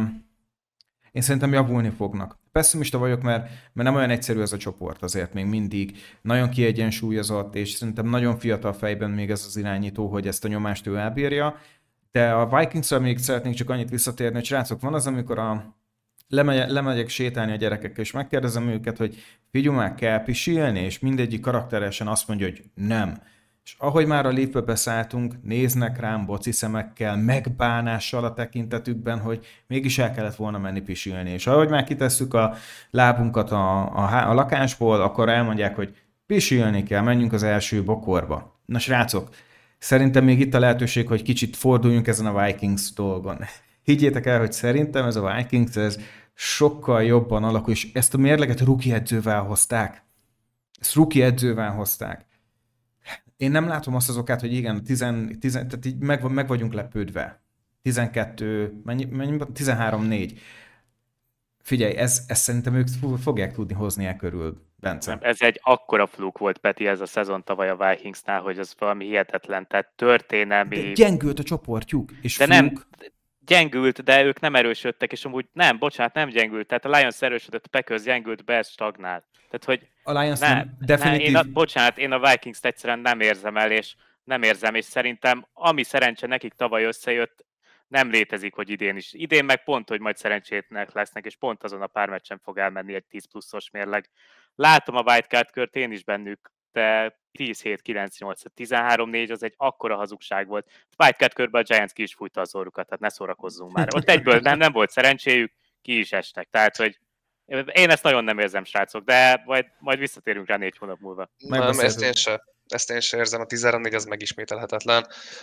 én szerintem javulni fognak. Pessimista vagyok, mert, mert nem olyan egyszerű ez a csoport azért még mindig. Nagyon kiegyensúlyozott, és szerintem nagyon fiatal fejben még ez az irányító, hogy ezt a nyomást ő elbírja. De a Vikingsra még szeretnék csak annyit visszatérni, hogy srácok, van az, amikor a, lemegy, lemegyek sétálni a gyerekekkel, és megkérdezem őket, hogy figyelj már, kell pisilni, és mindegyik karakteresen azt mondja, hogy nem. És ahogy már a lépőbe szálltunk, néznek rám boci szemekkel, megbánással a tekintetükben, hogy mégis el kellett volna menni pisilni. És ahogy már kitesszük a lábunkat a, a, a lakásból, akkor elmondják, hogy pisilni kell, menjünk az első bokorba. Na srácok, szerintem még itt a lehetőség, hogy kicsit forduljunk ezen a Vikings dolgon. Higgyétek el, hogy szerintem ez a Vikings ez sokkal jobban alakul, és ezt a mérleget rookie edzővel hozták. Ezt rookie edzővel hozták. Én nem látom azt az okát, hogy igen, tizen, tizen, tehát így meg, meg vagyunk lepődve. tizenkettő, mennyi, mennyi, tizenhárom négy. Figyelj, ez, ezt szerintem ők fogják tudni hozni el körül, Bence. Nem, ez egy akkora fluk volt, Peti, ez a szezon tavaly a Vikingsnál, hogy ez valami hihetetlen, tehát történelmi... De gyengült a csoportjuk, és de fluk... nem, gyengült, de ők nem erősödtek, és amúgy nem, bocsánat, nem gyengült, tehát a Lions erősödött, a Packers gyengült, Bears stagnál. Tehát, hogy a Lions ne, nem, definitív... ne, én a, bocsánat, én a Vikings-t egyszerűen nem érzem el, és nem érzem, és szerintem ami szerencse nekik tavaly összejött, nem létezik, hogy idén is. Idén meg pont, hogy majd szerencsétlenek lesznek, és pont azon a pár meccsen fog elmenni egy tíz pluszos mérleg. Látom a wildcard kört én is bennük, de tíz hét kilenc nyolc, tizenhárom négy az egy akkora hazugság volt. A wildcard körben a Giants ki is fújta az orrukat, tehát ne szórakozzunk már. Ott egyből nem, nem volt szerencséjük, ki is estek. Tehát, hogy én ezt nagyon nem érzem, srácok, de majd, majd visszatérünk rá négy hónap múlva. Nem, ezt én sem. Ezt én sem érzem, a tizenhárom négy az megismételhetetlen.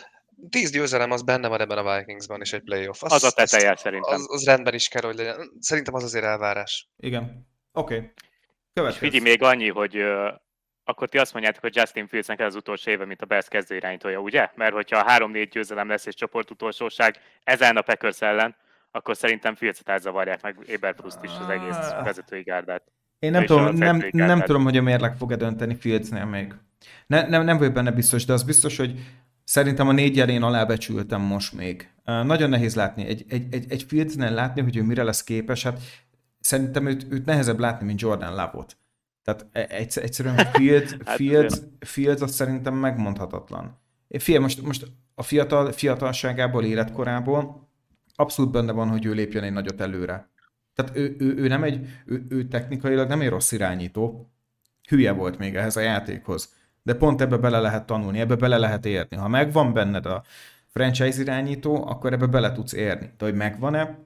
tíz győzelem az benne van ebben a Vikingsban is egy playoff. Az, az a teteje szerintem. Az, az rendben is kell, hogy legyen. Szerintem az azért elvárás. Igen. Oké. Okay. És figyelj még annyi, hogy uh, akkor ti azt mondjátok, hogy Justin Fieldsnek ez az utolsó éve, mint a Bears kezdőirányítója, ugye? Mert hogyha három-négy győzelem lesz és csoportutolsóság ezen a Packers ellen, akkor szerintem Fields-et elzavarják meg Eberflust is, az egész vezetői gárdát. Én nem tudom, nem, nem tudom, hogy a mérleg fog-e dönteni Fieldsnél még. Ne, nem, nem vagyok benne biztos, de az biztos, hogy szerintem a négy jelén alábecsültem most még. Uh, nagyon nehéz látni. Egy, egy, egy, egy Fieldsnél látni, hogy ő mire lesz képes, hát szerintem őt, őt nehezebb látni, mint Jordan Love-ot. Tehát egy, egyszerűen Fields, hát Fields, Fields az szerintem megmondhatatlan. Figyelj, most, most a fiatal, fiatalságából, életkorából abszolút benne van, hogy ő lépjen egy nagyot előre. Tehát ő, ő, ő nem egy, ő, ő technikailag nem egy rossz irányító, hülye volt még ehhez a játékhoz. De pont ebbe bele lehet tanulni, ebbe bele lehet érni. Ha megvan benned a franchise irányító, akkor ebbe bele tudsz érni. De hogy megvan-e,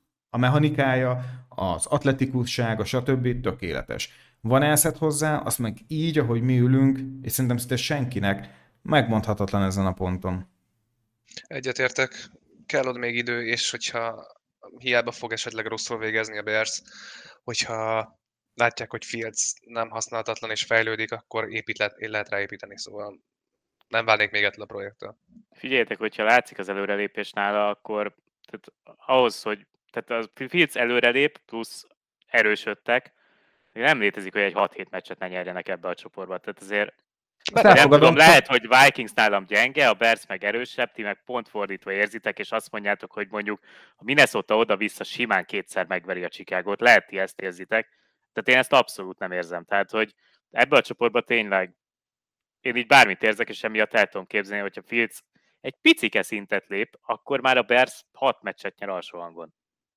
a mechanikája, az atletikussága, stb. Tökéletes. Van elszed hozzá, azt meg így, ahogy mi ülünk, és szerintem szinte senkinek megmondhatatlan ezen a ponton. Egyetértek, kell ott még idő, és hogyha hiába fog esetleg rosszul végezni a Bears, hogyha látják, hogy Fields nem használhatatlan és fejlődik, akkor épít lehet, lehet ráépíteni, szóval nem válnék még ettől a projektől. Figyeljetek, hogyha látszik az előrelépés nála, akkor tehát ahhoz, hogy tehát a Fields előrelép, plusz erősödtek, nem létezik, hogy egy hat-hét meccset ne nyerjenek ebbe a csoportba. Tehát azért nem tudom, lehet, hogy Vikings nálam gyenge, a Bears meg erősebb, ti meg pont fordítva érzitek, és azt mondjátok, hogy mondjuk a Minnesota oda-vissza simán kétszer megveri a Chicagót, lehet, ti ezt érzitek. Tehát én ezt abszolút nem érzem. Tehát, hogy ebbe a csoportba tényleg én így bármit érzek, és emiatt el tudom képzelni, hogyha Fields egy picike szintet lép, akkor már a Bears hat meccset nyer alsó hangon.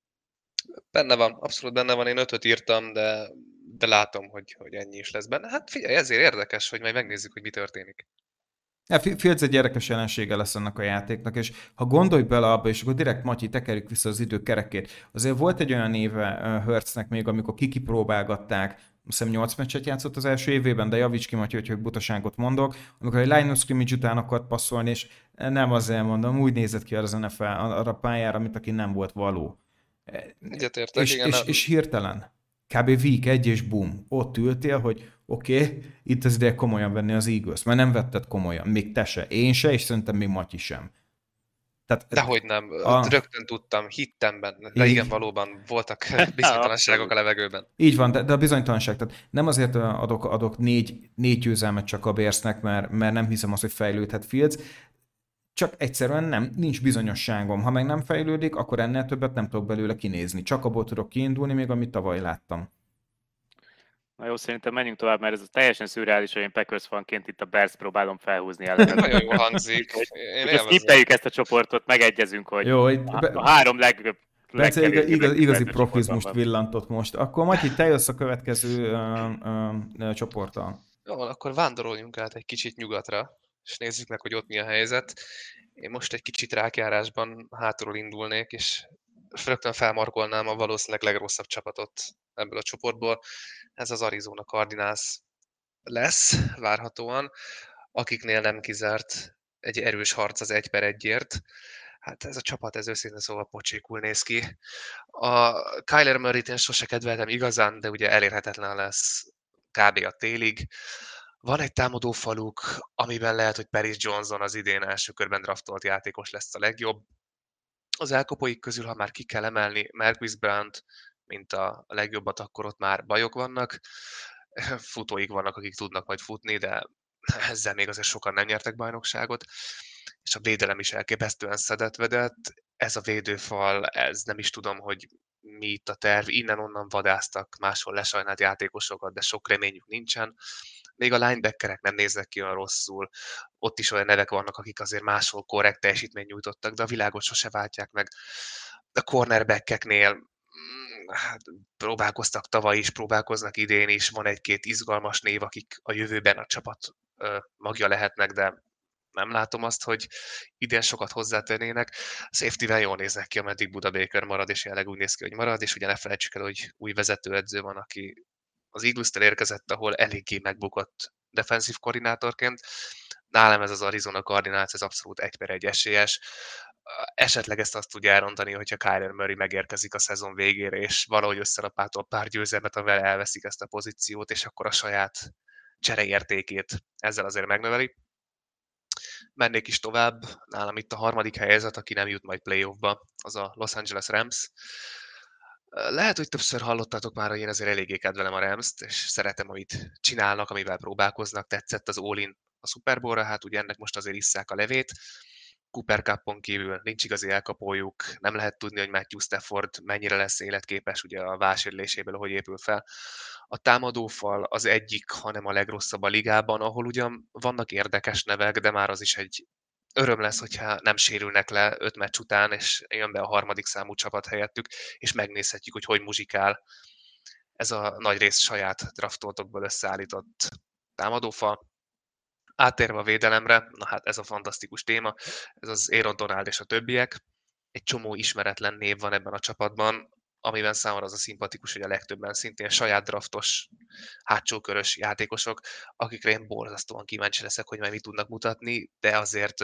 Benne van, abszolút benne van, én ötöt írtam, de, de látom, hogy, hogy ennyi is lesz benne. Hát figyelj, ezért érdekes, hogy majd megnézzük, hogy mi történik. Ja, Fields egy érdekes jelensége lesz ennek a játéknak, és ha gondolj bele abba, és akkor direkt Matyi, tekerjük vissza az idő kerekét. Azért volt egy olyan éve uh, Hurtsnek még, amikor kikipróbálgatták, azt hiszem nyolc meccset játszott az első évében, de javíts ki, Matyi, hogy butaságot mondok, amikor egy line of scrimmage után akart passzolni, és nem azért mondom, úgy nézett ki az en ef el arra a pályára, mint aki nem volt való. Egyetértek, és, igen. és, nem. és hirtelen, kb. Week egy és boom, ott ültél, hogy oké, okay, itt az ideje komolyan venni az Eagles, mert nem vetted komolyan, még te se, én se, és szerintem még Matyi sem. Tehát, Dehogy nem, a... rögtön tudtam, hittem benne, de így... igen, valóban voltak bizonytalanságok a levegőben. Így van, de, de a bizonytalanság, tehát nem azért adok, adok négy, négy győzelmet csak a Bearsnek, mert, mert nem hiszem azt, hogy fejlődhet Fields, csak egyszerűen nem, nincs bizonyosságom. Ha meg nem fejlődik, akkor ennél többet nem tudok belőle kinézni. Csak abból tudok kiindulni, még amit tavaly láttam. Na jó, szerintem menjünk tovább, mert ez teljesen szürreális, hogy én Packers fanként itt a Bears próbálom felhúzni ellene. Nagyon jó hangzik. Skippeljük ezt a csoportot, megegyezünk, hogy jó, a, be... a három leg... Bence igaz, igaz, igazi profizmust villantott most. Akkor Matyi, te jössz a következő uh, uh, uh, csoporttal. Jó, akkor vándoroljunk át egy kicsit nyugatra, és nézzük meg, hogy ott mi a helyzet. Én most egy kicsit rákjárásban hátulról indulnék, és rögtön felmarkolnám a valószínűleg legrosszabb csapatot ebből a csoportból. Ez az Arizona Cardinals lesz, várhatóan, akiknél nem kizárt egy erős harc az egy per egyért. Hát ez a csapat, ez őszintén szóval pocsékul néz ki. A Kyler Murray-t én sose kedveltem igazán, de ugye elérhetetlen lesz kb. A télig. Van egy támadó faluk, amiben lehet, hogy Paris Johnson az idén első körben draftolt játékos lesz a legjobb. Az elkapóik közül, ha már ki kell emelni Marquise Brown, mint a legjobbat, akkor ott már bajok vannak. Futóik vannak, akik tudnak majd futni, de ezzel még azért sokan nem nyertek bajnokságot. És a védelem is elképesztően szedetvedett. Ez a védőfal, ez nem is tudom, hogy mi itt a terv. Innen-onnan vadáztak máshol lesajnált játékosokat, de sok reményük nincsen. Még a linebackerek nem néznek ki olyan rosszul. Ott is olyan nevek vannak, akik azért máshol korrekt teljesítményt nyújtottak, de a világot sose váltják meg. A cornerbackeknél hát, próbálkoztak tavaly is, próbálkoznak idén is. Van egy-két izgalmas név, akik a jövőben a csapat magja lehetnek, de nem látom azt, hogy idén sokat hozzátennének. Safety-vel jól néznek ki, ameddig Buda Baker marad, és jelenleg úgy néz ki, hogy marad, és ugye ne felejtsük el, hogy új vezetőedző van, aki az Eagles-tel érkezett, ahol eléggé megbukott defenzív koordinátorként. Nálam ez az Arizona Cardinals, ez abszolút egy per egy esélyes. Esetleg ezt azt tudja elrontani, hogyha Kyler Murray megérkezik a szezon végére, és valahogy összerapától pár győzelmet, amivel elveszik ezt a pozíciót, és akkor a saját csereértékét ezzel azért megnöveli. Mennék is tovább, nálam itt a harmadik helyzet, aki nem jut majd playoffba, az a Los Angeles Rams. Lehet, hogy többször hallottátok már, hogy én azért eléggé kedvelem a Rams-t, és szeretem, amit csinálnak, amivel próbálkoznak. Tetszett az all-in a Super Bowl-ra, hát ugye ennek most azért isszák a levét. Cooper Cupon kívül nincs igazi elkapójuk, nem lehet tudni, hogy Matthew Stafford mennyire lesz életképes ugye a válsérüléséből, hogy épül fel. A támadófal az egyik, hanem a legrosszabb a ligában, ahol ugyan vannak érdekes nevek, de már az is egy öröm lesz, hogyha nem sérülnek le öt meccs után, és jön be a harmadik számú csapat helyettük, és megnézhetjük, hogy hogy muzsikál ez a nagy rész saját draftoltokból összeállított támadófal. Áttérve a védelemre, na hát ez a fantasztikus téma, ez az Aaron Donald és a többiek. Egy csomó ismeretlen név van ebben a csapatban, amiben számomra az a szimpatikus, hogy a legtöbben szintén saját draftos, hátsókörös játékosok, akikre én borzasztóan kíváncsi leszek, hogy majd mit tudnak mutatni, de azért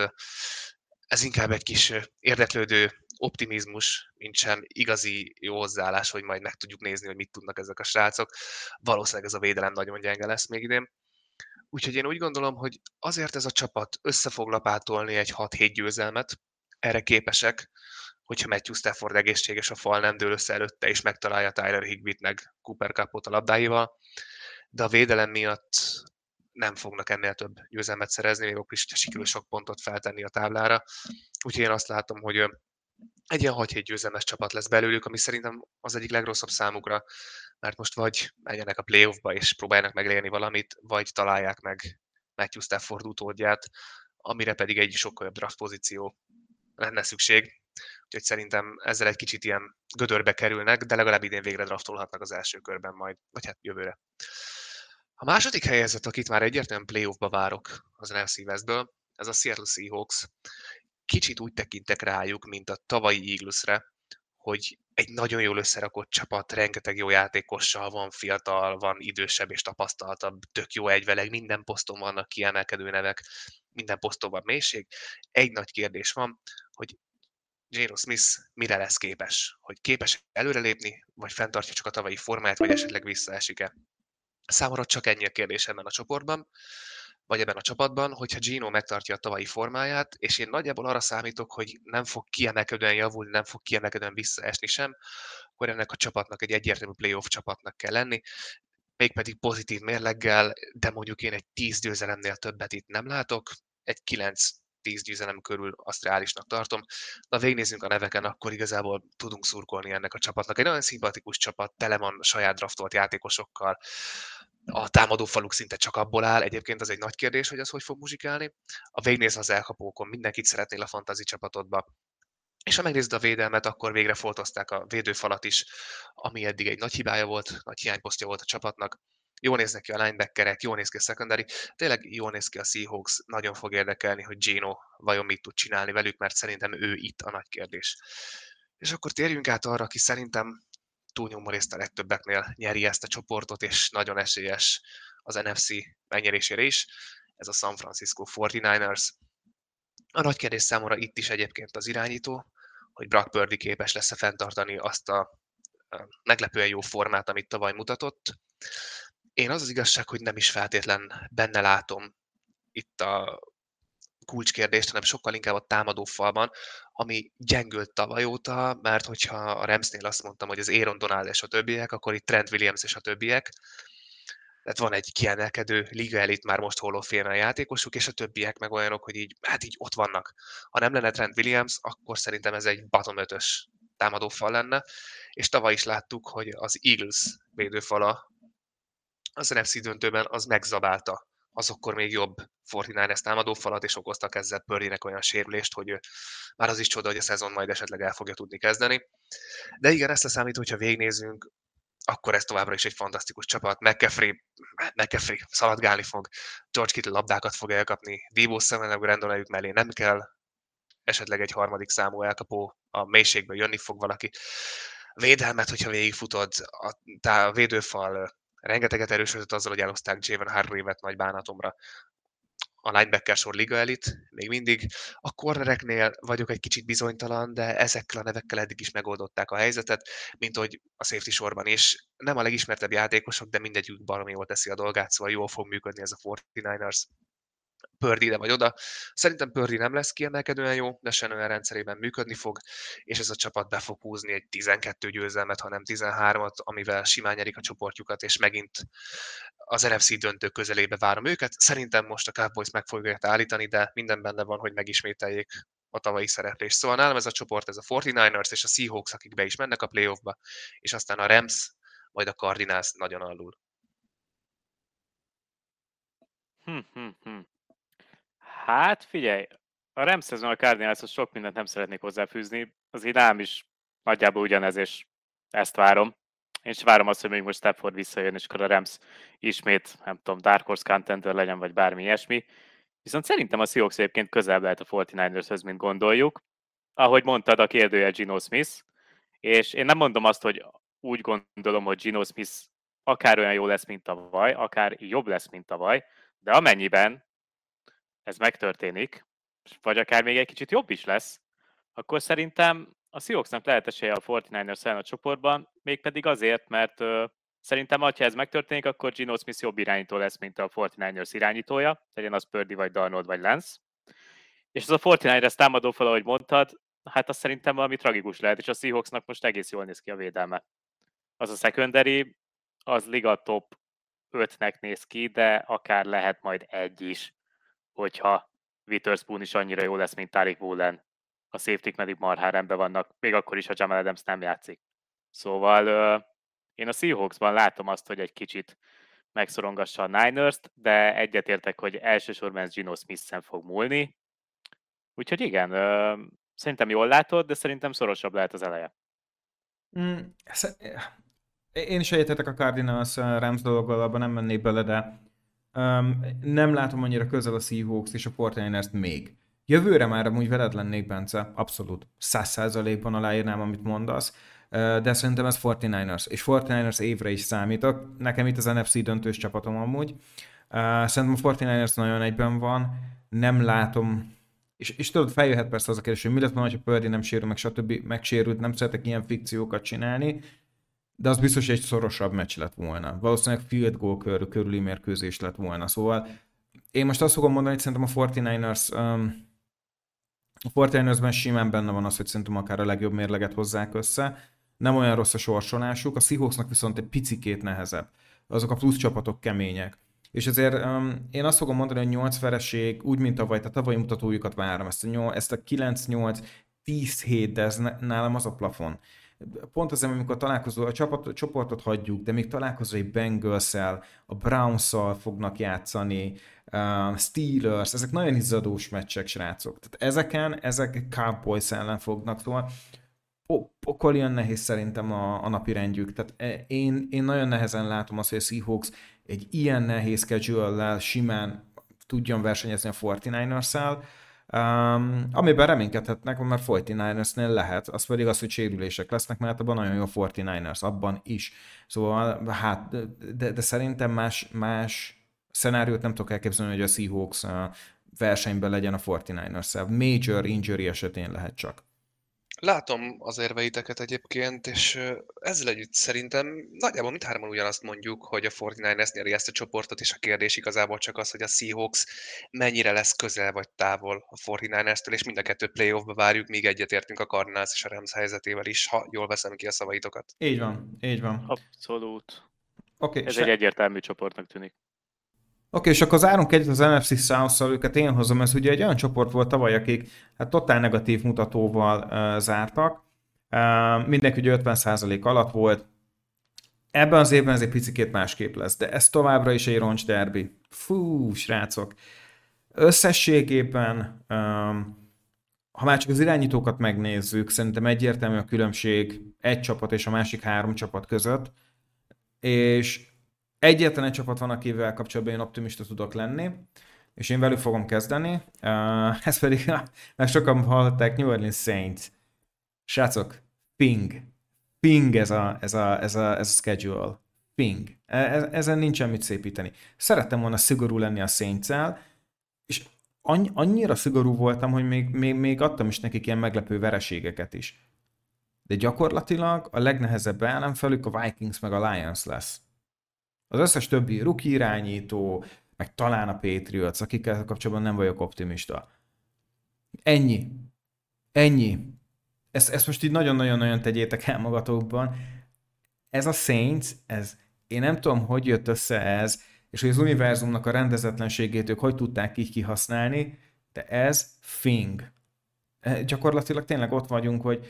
ez inkább egy kis érdeklődő optimizmus, mint sem igazi jó hozzáállás, hogy majd meg tudjuk nézni, hogy mit tudnak ezek a srácok. Valószínűleg ez a védelem nagyon gyenge lesz még idén. Úgyhogy én úgy gondolom, hogy azért ez a csapat össze fog lapátolni egy hat-hét győzelmet, erre képesek, hogyha Matthew Stafford egészséges, a fal nem dől össze előtte, és megtalálja Tyler Higbee-t meg Cooper Cupot a labdáival, de a védelem miatt nem fognak ennél több győzelmet szerezni, még akkor is sikerül sok pontot feltenni a táblára. Úgyhogy én azt látom, hogy egy ilyen hat-hét győzelmes csapat lesz belőlük, ami szerintem az egyik legrosszabb számukra, mert most vagy menjenek a playoffba és próbáljanak megélni valamit, vagy találják meg Matthew Stafford utódját, amire pedig egy sokkal jobb draft pozíció lenne szükség. Úgyhogy szerintem ezzel egy kicsit ilyen gödörbe kerülnek, de legalább idén végre draftolhatnak az első körben majd, vagy hát jövőre. A második helyezett, akit már egyértelműen playoffba várok az en ef cé Westből, ez a Seattle Seahawks. Kicsit úgy tekintek rájuk, mint a tavalyi Eaglesre, hogy egy nagyon jól összerakott csapat, rengeteg jó játékossal van, fiatal, van idősebb és tapasztaltabb, tök jó egyveleg, minden poszton vannak kiemelkedő nevek, minden poszton van mélység. Egy nagy kérdés van, hogy Geno Smith mire lesz képes? Hogy képes előrelépni, vagy fenntartja csak a tavalyi formáját, vagy esetleg visszaesik-e? Számomra csak ennyi a kérdés ebben a csoportban, vagy ebben a csapatban, hogyha Geno megtartja a tavalyi formáját, és én nagyjából arra számítok, hogy nem fog kiemelkedően javulni, nem fog kiemelkedően visszaesni sem, akkor ennek a csapatnak egy egyértelmű playoff csapatnak kell lenni, mégpedig pozitív mérleggel, de mondjuk én egy tíz győzelemnél többet itt nem látok, egy kilenc tíz győzelem körül azt reálisnak tartom. Na végignézzünk a neveken, akkor igazából tudunk szurkolni ennek a csapatnak. Egy nagyon szimpatikus csapat, tele van saját draftolt játékosokkal, a támadófaluk szinte csak abból áll, egyébként az egy nagy kérdés, hogy az hogy fog muzsikálni. A végignézve az elkapókon, mindenkit szeretnél a fantasy csapatodba, és ha megnézed a védelmet, akkor végre foltozták a védőfalat is, ami eddig egy nagy hibája volt, nagy hiányposztja volt a csapatnak. Jól néznek ki a linebackerek, jól néz ki a secondary, tényleg jól néz ki a Seahawks, nagyon fog érdekelni, hogy Geno vajon mit tud csinálni velük, mert szerintem ő itt a nagy kérdés. És akkor térjünk át arra, aki szerintem túlnyomó részt a legtöbbeknél nyeri ezt a csoportot, és nagyon esélyes az en ef cé megnyerésére is, ez a San Francisco negyvenkilencesek. A nagy kérdés számomra itt is egyébként az irányító, hogy Brock Purdy képes lesz-e fenntartani azt a meglepően jó formát, amit tavaly mutatott. Én az az igazság, hogy nem is feltétlen benne látom itt a kulcskérdést, hanem sokkal inkább a támadó falban, ami gyengült tavaly óta, mert hogyha a Ramsnél azt mondtam, hogy az Aaron Donald és a többiek, akkor itt Trent Williams és a többiek. Tehát van egy kiemelkedő liga elit már most Hall of Fame játékosuk, és a többiek meg olyanok, hogy így, hát így ott vannak. Ha nem lenne Trent Williams, akkor szerintem ez egy bottom ötös támadófal lenne, és tavaly is láttuk, hogy az Eagles védőfala az en ef cé döntőben az megzabálta az akkor még jobb negyvenkilencesek támadófalat, és okoztak ezzel Purdynek olyan sérülést, hogy már az is csoda, hogy a szezon majd esetleg el fogja tudni kezdeni. De igen, ezt a számít, hogyha végnézünk, akkor ez továbbra is egy fantasztikus csapat. McCaffrey, McCaffrey szaladgálni fog, George Kittle labdákat fog elkapni, Deebo Samuel Brandon mellé nem kell, esetleg egy harmadik számú elkapó, a mélységből jönni fog valaki. Védelmet, hogyha végigfutod, a, a védőfal rengeteget erősödött azzal, hogy elhozták Javon Hargrave-et nagy bánatomra. A linebacker sor liga elit, még mindig. A cornereknél vagyok egy kicsit bizonytalan, de ezekkel a nevekkel eddig is megoldották a helyzetet, mint hogy a safety sorban is. Nem a legismertebb játékosok, de mindegyik baromi jól teszi a dolgát, szóval jól fog működni ez a negyvenkilencesek. Purdy ide vagy oda. Szerintem Purdy nem lesz kiemelkedően jó, de Shannon olyan rendszerében működni fog, és ez a csapat be fog húzni egy tizenkettő győzelmet, hanem tizenhármat, amivel simán nyerik a csoportjukat, és megint az en ef cé döntő közelébe várom őket. Szerintem most a Cowboys meg fogják állítani, de minden benne van, hogy megismételjék a tavalyi szereplést. Szóval nálam ez a csoport, ez a negyvenkilencesek és a Seahawks, akik be is mennek a playoffba, és aztán a Rams, majd a Cardinals nagyon alul. Hm, hm, hm. Hát figyelj, a Rams szezon a Cardinalshoz sok mindent nem szeretnék hozzáfűzni, az idám is nagyjából ugyanez, és ezt várom. Én is várom azt, hogy még most Stafford visszajön, és akkor a Rams ismét, nem tudom, Dark Horse contender legyen, vagy bármi ilyesmi. Viszont szerintem a Seahawks egyébként közelebb lehet a negyvenkilenceshez, mint gondoljuk. Ahogy mondtad, a kérdője Geno Smith, és én nem mondom azt, hogy úgy gondolom, hogy Geno Smith akár olyan jó lesz, mint tavaly, akár jobb lesz, mint tavaly, de amennyiben ez megtörténik, vagy akár még egy kicsit jobb is lesz, akkor szerintem a Seahawksnak lehet esélye a negyvenkilencesek ellen a csoportban, mégpedig azért, mert uh, szerintem, ha ez megtörténik, akkor Geno Smith jobb irányító lesz, mint a negyvenkilencesek irányítója, legyen az Purdy, vagy Darnold, vagy Lance. És az a negyvenkilencesek támadófal, ahogy mondtad, hát az szerintem valami tragikus lehet, és a Seahawksnak most egész jól néz ki a védelme. Az a secondary, az liga top ötnek néz ki, de akár lehet majd egy is, hogyha Witherspoon is annyira jó lesz, mint Tariq Woolen. A safety-k pedig marhán rendben vannak, még akkor is, ha Jamal Adams nem játszik. Szóval uh, én a Seahawksban látom azt, hogy egy kicsit megszorongassa a Niners-t, de egyetértek, hogy elsősorban ez Geno Smith-en fog múlni. Úgyhogy igen, uh, szerintem jól látod, de szerintem szorosabb lehet az eleje. Mm, én is egyetetek a Cardinals Rams dologgal, abban nem mennék bele, de Um, nem látom annyira közel a Seahawks és a negyvenkilencest még. Jövőre már amúgy veled lennék, Bence, abszolút. Száz százalékban aláírnám, amit mondasz, de szerintem ez negyvenkilenc és negyvenkilenc évre is számítok. Nekem itt az en ef cé döntős csapatom amúgy. Szerintem a negyvenkilenc nagyon egyben van, nem látom, és, és tudod, feljöhet persze az a kérdés, hogy mi lett volna, ha Purdy nem sérül, meg stb. Megsérült, nem szeretek ilyen fikciókat csinálni, de az biztos, hogy egy szorosabb meccs lett volna. Valószínűleg field goal kör, körüli mérkőzés lett volna. Szóval én most azt fogom mondani, hogy szerintem a negyvenkilenc um, a negyvenkilencben simán benne van az, hogy szerintem akár a legjobb mérleget hozzák össze. Nem olyan rossz a sorsolásuk, a Seahawksnak viszont egy picikét nehezebb. Azok a plusz csapatok kemények. És ezért um, én azt fogom mondani, hogy nyolc vereség, úgy, mint tavaly, tehát tavalyi mutatójukat várom. Ezt a, nyolc, ezt a kilenc nyolc tíz hét, de ez nálam az a plafon. Pont azért, amikor találkozó, a, csapat, a csoportot hagyjuk, de még találkozó egy Bengals-szel, a Browns-szal fognak játszani, uh, Steelers, ezek nagyon izzadós meccsek, srácok. Tehát ezeken, ezek Cowboys ellen fognak, szóval pokolian nehéz szerintem a, a napi rendjük. Tehát én, én nagyon nehezen látom azt, hogy a Seahawks egy ilyen nehéz schedule-lel simán tudjon versenyezni a negyvenkilenc-szel, Um, amiben reménykedhetnek, mert negyvenkilencnél lehet, az pedig az, hogy sérülések lesznek, mert abban nagyon jó a negyvenkilenc, abban is. Szóval, hát, de, de szerintem más, más szenáriót nem tudok elképzelni, hogy a Seahawks versenyben legyen a negyvenkilenc-szel. Major injury esetén lehet csak. Látom az érveiteket egyébként, és ezzel együtt szerintem nagyjából mindhárman ugyanazt mondjuk, hogy a negyvenkilenc nyeri ezt a csoportot, és a kérdés igazából csak az, hogy a Seahawks mennyire lesz közel vagy távol a negyvenkilenctől, és mind a kettő playoffba várjuk, míg egyetértünk a Cardinals és a Rams helyzetével is, ha jól veszem ki a szavaitokat. Így van, így van. Abszolút. Okay, Ez se... egy egyértelmű csoportnak tűnik. Oké, okay, és akkor zárunk egyet az en ef cé South-szal, őket én hozom, ez ugye egy olyan csoport volt tavaly, akik hát totál negatív mutatóval uh, zártak. Uh, mindenki ugye ötven százalék alatt volt. Ebben az évben ez egy picikét másképp lesz, de ez továbbra is egy roncs derbi. Fú, srácok! Összességében, um, ha már csak az irányítókat megnézzük, szerintem egyértelmű a különbség egy csapat és a másik három csapat között, és egyetlen egy csapat van, akivel kapcsolatban én optimista tudok lenni, és én velük fogom kezdeni. Uh, ez pedig, mert sokan hallották, New Orleans Saints. Srácok, ping. Ping ez a, ez a, ez a, ez a schedule. Ping. E- ezen nincsen mit szépíteni. Szerettem volna szigorú lenni a Saints-el, és annyi, annyira szigorú voltam, hogy még, még, még adtam is nekik ilyen meglepő vereségeket is. De gyakorlatilag a legnehezebb ellenfelük a Vikings meg a Lions lesz. Az összes többi rookie irányító, meg talán a Patriots, akikkel kapcsolatban nem vagyok optimista. Ennyi. Ennyi. Ezt, ezt most így nagyon-nagyon-nagyon tegyétek el magatokban. Ez a Saints, ez, én nem tudom, hogy jött össze ez, és hogy az univerzumnak a rendezetlenségét ők hogy tudták így kihasználni, de ez fing. Gyakorlatilag tényleg ott vagyunk, hogy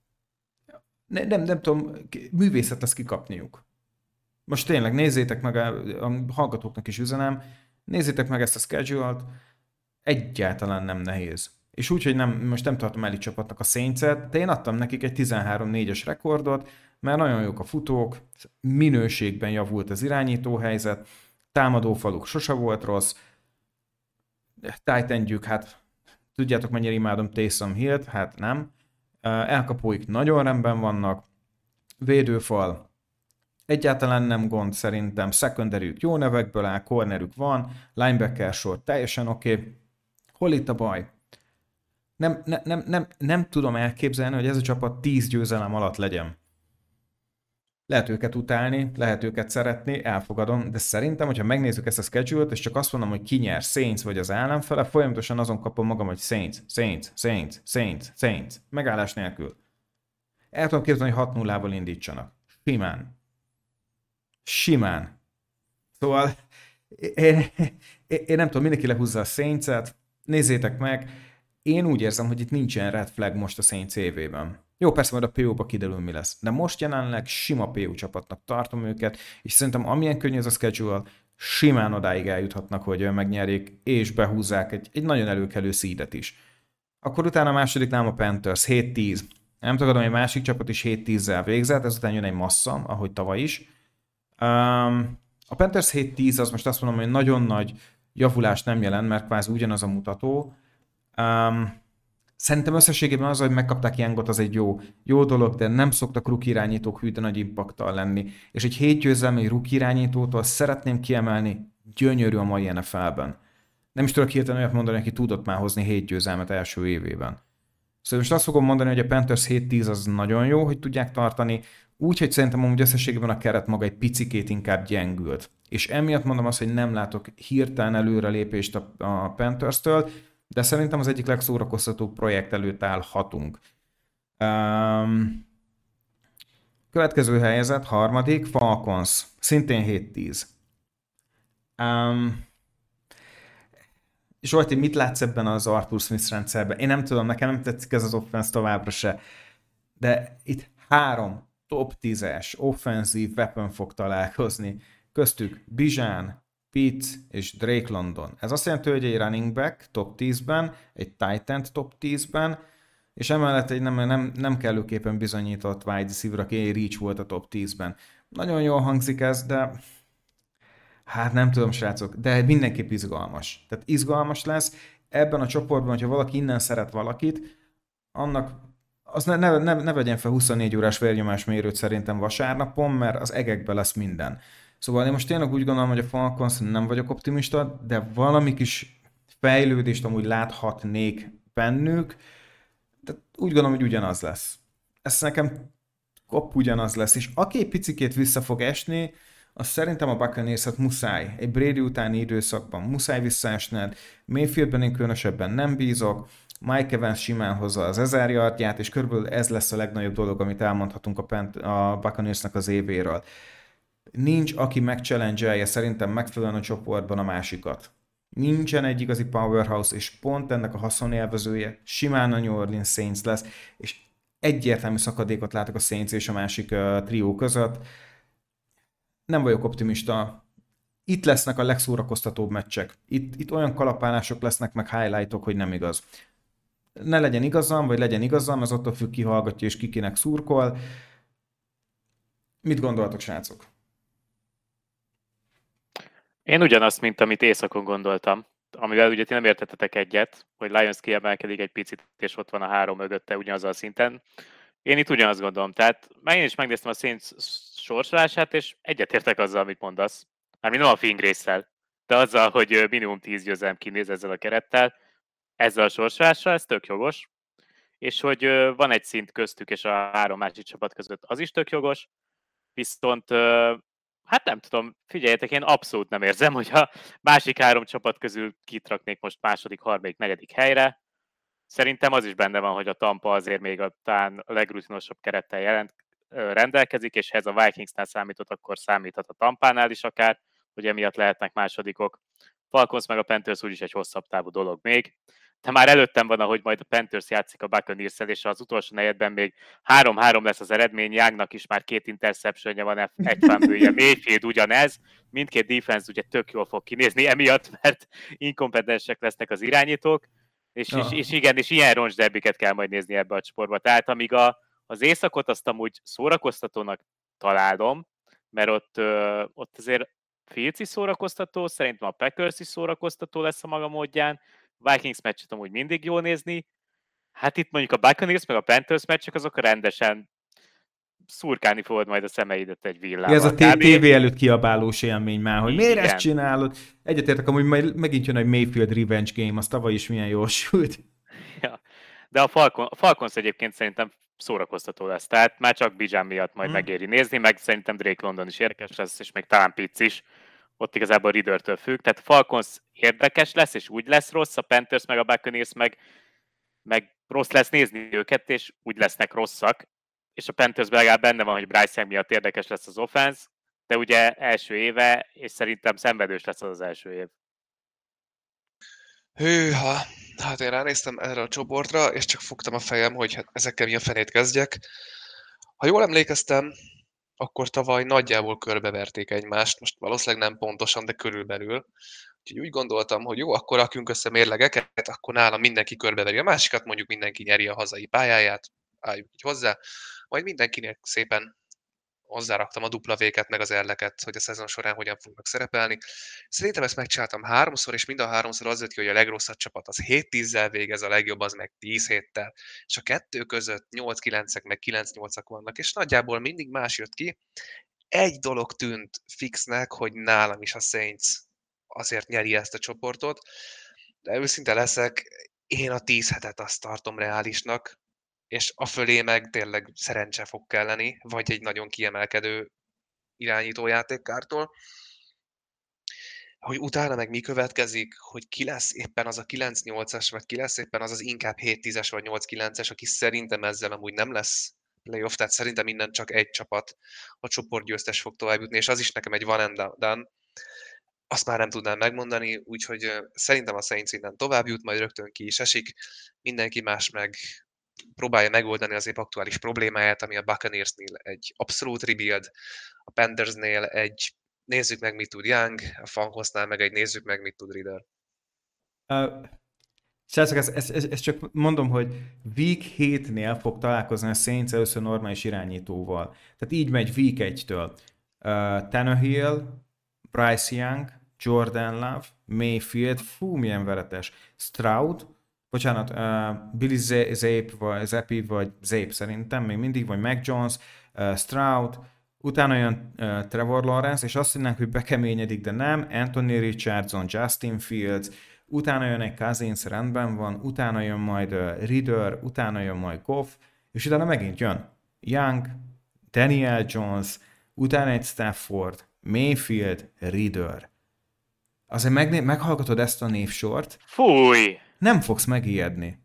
nem, nem, nem tudom, művészet lesz kikapniuk. Most tényleg nézzétek meg, a, a hallgatóknak is üzenem, nézzétek meg ezt a schedule-t, egyáltalán nem nehéz. És úgy, hogy nem, most nem tartom elit csapatnak a Saints-et, de én adtam nekik egy tizenhárom négyes rekordot, mert nagyon jók a futók, minőségben javult az irányító helyzet, támadófaluk sose volt rossz, tight endjük, hát tudjátok mennyire imádom Taysom Hillt, hát nem. Elkapóik nagyon rendben vannak, védőfal egyáltalán nem gond szerintem, secondaryük jó nevekből áll, cornerük van, linebacker sor teljesen oké. Okay. Hol itt a baj? Nem, ne, nem, nem, nem tudom elképzelni, hogy ez a csapat tíz győzelem alatt legyen. Lehet őket utálni, lehet őket szeretni, elfogadom, de szerintem, hogyha megnézzük ezt a schedule-t, és csak azt mondom, hogy ki nyer, Saints vagy az ellenfele, folyamatosan azon kapom magam, hogy Saints, Saints, Saints, Saints, Saints, megállás nélkül. El tudom képzelni, hogy hat nullával indítsanak. Simán. Simán. Szóval én, én, én nem tudom, mindenki lehúzza a Saints-et, nézzétek meg, én úgy érzem, hogy itt nincsen red flag most a Saints évében. Jó, persze majd a pé ó-ba kiderül, mi lesz. De most jelenleg sima pé ó csapatnak tartom őket, és szerintem amilyen könnyű ez a schedule, simán odáig eljuthatnak, hogy megnyerjék, és behúzzák egy, egy nagyon előkelő seedet is. Akkor utána a másodiknál a Panthers hét tíz. Nem tagadom, egy másik csapat is hét tízzel végzett, ezután jön egy massza, ahogy tavaly is. Um, A Panthers hét tíz az most azt mondom, hogy nagyon nagy javulást nem jelent, mert kvázi ugyanaz a mutató. Um, szerintem összességében az, hogy megkapták Youngot, az egy jó, jó dolog, de nem szoktak rookie irányítók hű, de nagy impacttal lenni. És egy hét győzelmi rookie irányítótól szeretném kiemelni, gyönyörű a mai en ef el-ben. Nem is tudok hirtelen olyat mondani, aki tudott már hozni hét győzelmet első évében. Szóval most azt fogom mondani, hogy a Panthers hét tíz az nagyon jó, hogy tudják tartani, úgyhogy szerintem amúgy összességében a keret maga egy picikét inkább gyengült. És emiatt mondom azt, hogy nem látok hirtelen előrelépést a, a Panthers-től, de szerintem az egyik legszórakoztatóbb projekt előtt állhatunk. Um, következő helyzet, harmadik, Falcons, szintén hét tíz. Um, Zsolti, mit látsz ebben az Arthur Smith rendszerben? Én nem tudom, nekem nem tetszik ez az offense továbbra se. De itt három top tízes offenzív weapon fog találkozni. Köztük Bijan, Pitt és Drake London. Ez azt jelenti, hogy egy running back top tízben, egy tight end top tízben, és emellett egy nem, nem, nem kellőképpen bizonyított wide receiver, aki reach volt a top tízben. Nagyon jól hangzik ez, de hát nem tudom, srácok, de mindenképp izgalmas. Tehát izgalmas lesz. Ebben a csoportban, hogyha valaki innen szeret valakit, annak az ne, ne, ne, ne vegyen fel huszonnégy órás vérnyomásmérőt szerintem vasárnapon, mert az egekbe lesz minden. Szóval én most tényleg úgy gondolom, hogy a Falcons nem vagyok optimista, de valami kis fejlődést amúgy láthatnék bennük, de úgy gondolom, hogy ugyanaz lesz. Ez nekem kop ugyanaz lesz, és aki egy picikét vissza fog esni, az szerintem a Buccaneers-et muszáj. Egy Brady utáni időszakban muszáj visszaesned, Mayfieldben én különösebben nem bízok, Mike Evans simán hozza az ezer yardját, és körülbelül ez lesz a legnagyobb dolog, amit elmondhatunk a, Pent- a Buccaneersnek az évéről. Nincs, aki megchallenge-elje szerintem megfelelően a csoportban a másikat. Nincsen egy igazi powerhouse, és pont ennek a haszonélvezője simán a New Orleans Saints lesz, és egyértelmű szakadékot látok a Saints és a másik uh, trió között. Nem vagyok optimista. Itt lesznek a legszórakoztatóbb meccsek. Itt, itt olyan kalapálások lesznek, meg highlightok, hogy nem igaz. Ne legyen igazam, vagy legyen igazam, ez attól függ, ki hallgatja és ki kinek szurkol. Mit gondoltok, srácok? Én ugyanazt, mint amit éjszakon gondoltam, amivel ugye ti nem értettetek egyet, hogy Lions kiemelkedik egy picit, és ott van a három mögötte ugyanazzal a szinten. Én itt ugyanazt gondolom, tehát már én is megnéztem a Saints sorsolását, és egyetértek azzal, amit mondasz. Mármint nem a fingrésszel, de azzal, hogy minimum tíz győzelem kinéz ezzel a kerettel, ezzel a sorsolással, ez tök jogos. És hogy van egy szint köztük és a három másik csapat között, az is tök jogos. Viszont, hát nem tudom, figyeljetek, én abszolút nem érzem, hogy a másik három csapat közül kitraknék most második, harmadik, negyedik helyre. Szerintem az is benne van, hogy a Tampa azért még a, talán a legrutinosabb kerettel jelent, rendelkezik, és ha ez a Vikingsnál számított, akkor számíthat a Tampánál is akár, hogy emiatt lehetnek másodikok. Falcons meg a Panthers úgyis egy hosszabb távú dolog még. De már előttem van, ahogy majd a Panthers játszik a Buccaneers-szel, és az utolsó negyedben még három-három lesz az eredmény, Youngnak is már két interceptionje van, egy fumble-je, Mayfield ugyanez, mindkét defense ugye tök jól fog kinézni emiatt, mert inkompetensek lesznek az irányítók, és, ja. és, és igen, és ilyen roncsderbiket kell majd nézni ebbe a csoportba. Tehát amíg a, az északot azt amúgy szórakoztatónak találom, mert ott, ö, ott azért Fields is szórakoztató, szerintem a Packers is szórakoztató lesz a maga módján, Vikings meccset amúgy mindig jól nézni, hát itt mondjuk a Buccaneers meg a Panthers meccsek azok rendesen szurkálni fogod majd a szemeidet egy villával. Ez a té vé előtt kiabálós élmény már, hogy miért igen. ezt csinálod? Egyetértek, amúgy majd megint jön egy Mayfield revenge game, az tavaly is milyen jól sült. Ja. De a, Falcon, a Falcons egyébként szerintem szórakoztató lesz, tehát már csak Bijan miatt majd hmm. megéri nézni, meg szerintem Drake London is érdekes lesz, és még talán Pitts is, ott igazából a Riddertől függ, tehát a Falcons érdekes lesz, és úgy lesz rossz, a Panthers meg a Buccaneers meg, meg rossz lesz nézni őket, és úgy lesznek rosszak, és a Panthersben legalább benne van, hogy Bryce Young miatt érdekes lesz az offense, de ugye első éve, és szerintem szenvedős lesz az az első év. Hűha, hát én ránéztem erre a csoportra, és csak fogtam a fejem, hogy hát ezekkel mi a fenét kezdjek. Ha jól emlékeztem, akkor tavaly nagyjából körbeverték egymást, most valószínűleg nem pontosan, de körülbelül. Úgyhogy úgy gondoltam, hogy jó, akkor rakjunk össze mérlegeket, akkor nálam mindenki körbeveri a másikat, mondjuk mindenki nyeri a hazai pályáját, álljunk így hozzá, majd mindenkinek szépen hozzáraktam a dupla véket, meg az erleket, hogy a szezon során hogyan fognak szerepelni. Szerintem ezt megcsináltam háromszor, és mind a háromszor az jött ki, hogy a legrosszabb csapat az hét tízzel végez, a legjobb az meg tíz héttel. És a kettő között nyolc kilencek meg kilenc nyolcak vannak, és nagyjából mindig más jött ki. Egy dolog tűnt fixnek, hogy nálam is a Saints azért nyeri ezt a csoportot, de őszinte leszek, én a tíz hetet azt tartom reálisnak, és a fölé meg tényleg szerencse fog kelleni, vagy egy nagyon kiemelkedő irányítójátékkártól. Hogy utána meg mi következik, hogy ki lesz éppen az a kilenc nyolcas, vagy ki lesz éppen az az inkább hét tízes vagy nyolc kilences, aki szerintem ezzel amúgy nem lesz playoff, tehát szerintem innen csak egy csapat a csoportgyőztes fog tovább jutni, és az is nekem egy one and done. Azt már nem tudnám megmondani, úgyhogy szerintem a Saints innen tovább jut, majd rögtön ki is esik, mindenki más meg próbálja megoldani az épp aktuális problémáját, ami a Buccaneersnél egy abszolút rebuild, a Panthersnél egy nézzük meg, mit tud Young, a Falconsnál meg egy nézzük meg, mit tud Ridder. Uh, Srácok, ezt, ezt, ezt csak mondom, hogy week hétnél fog találkozni a Saints először normális irányítóval. Tehát így megy week egytől. Uh, Tannehill, Bryce Young, Jordan Love, Mayfield, fú, milyen veretes. Stroud, bocsánat, uh, Billy Zape, vagy Zappi, vagy Zape szerintem, még mindig, vagy Mac Jones, uh, Stroud, utána jön uh, Trevor Lawrence, és azt hinnénk, hogy bekeményedik, de nem, Anthony Richardson, Justin Fields, utána jön egy Cousins, rendben van, utána jön majd uh, Ridder, utána jön majd Goff, és utána megint jön Young, Daniel Jones, utána egy Stafford, Mayfield, Ridder. Azért meg, meghallgatod ezt a névsort, Fúj! nem fogsz megijedni.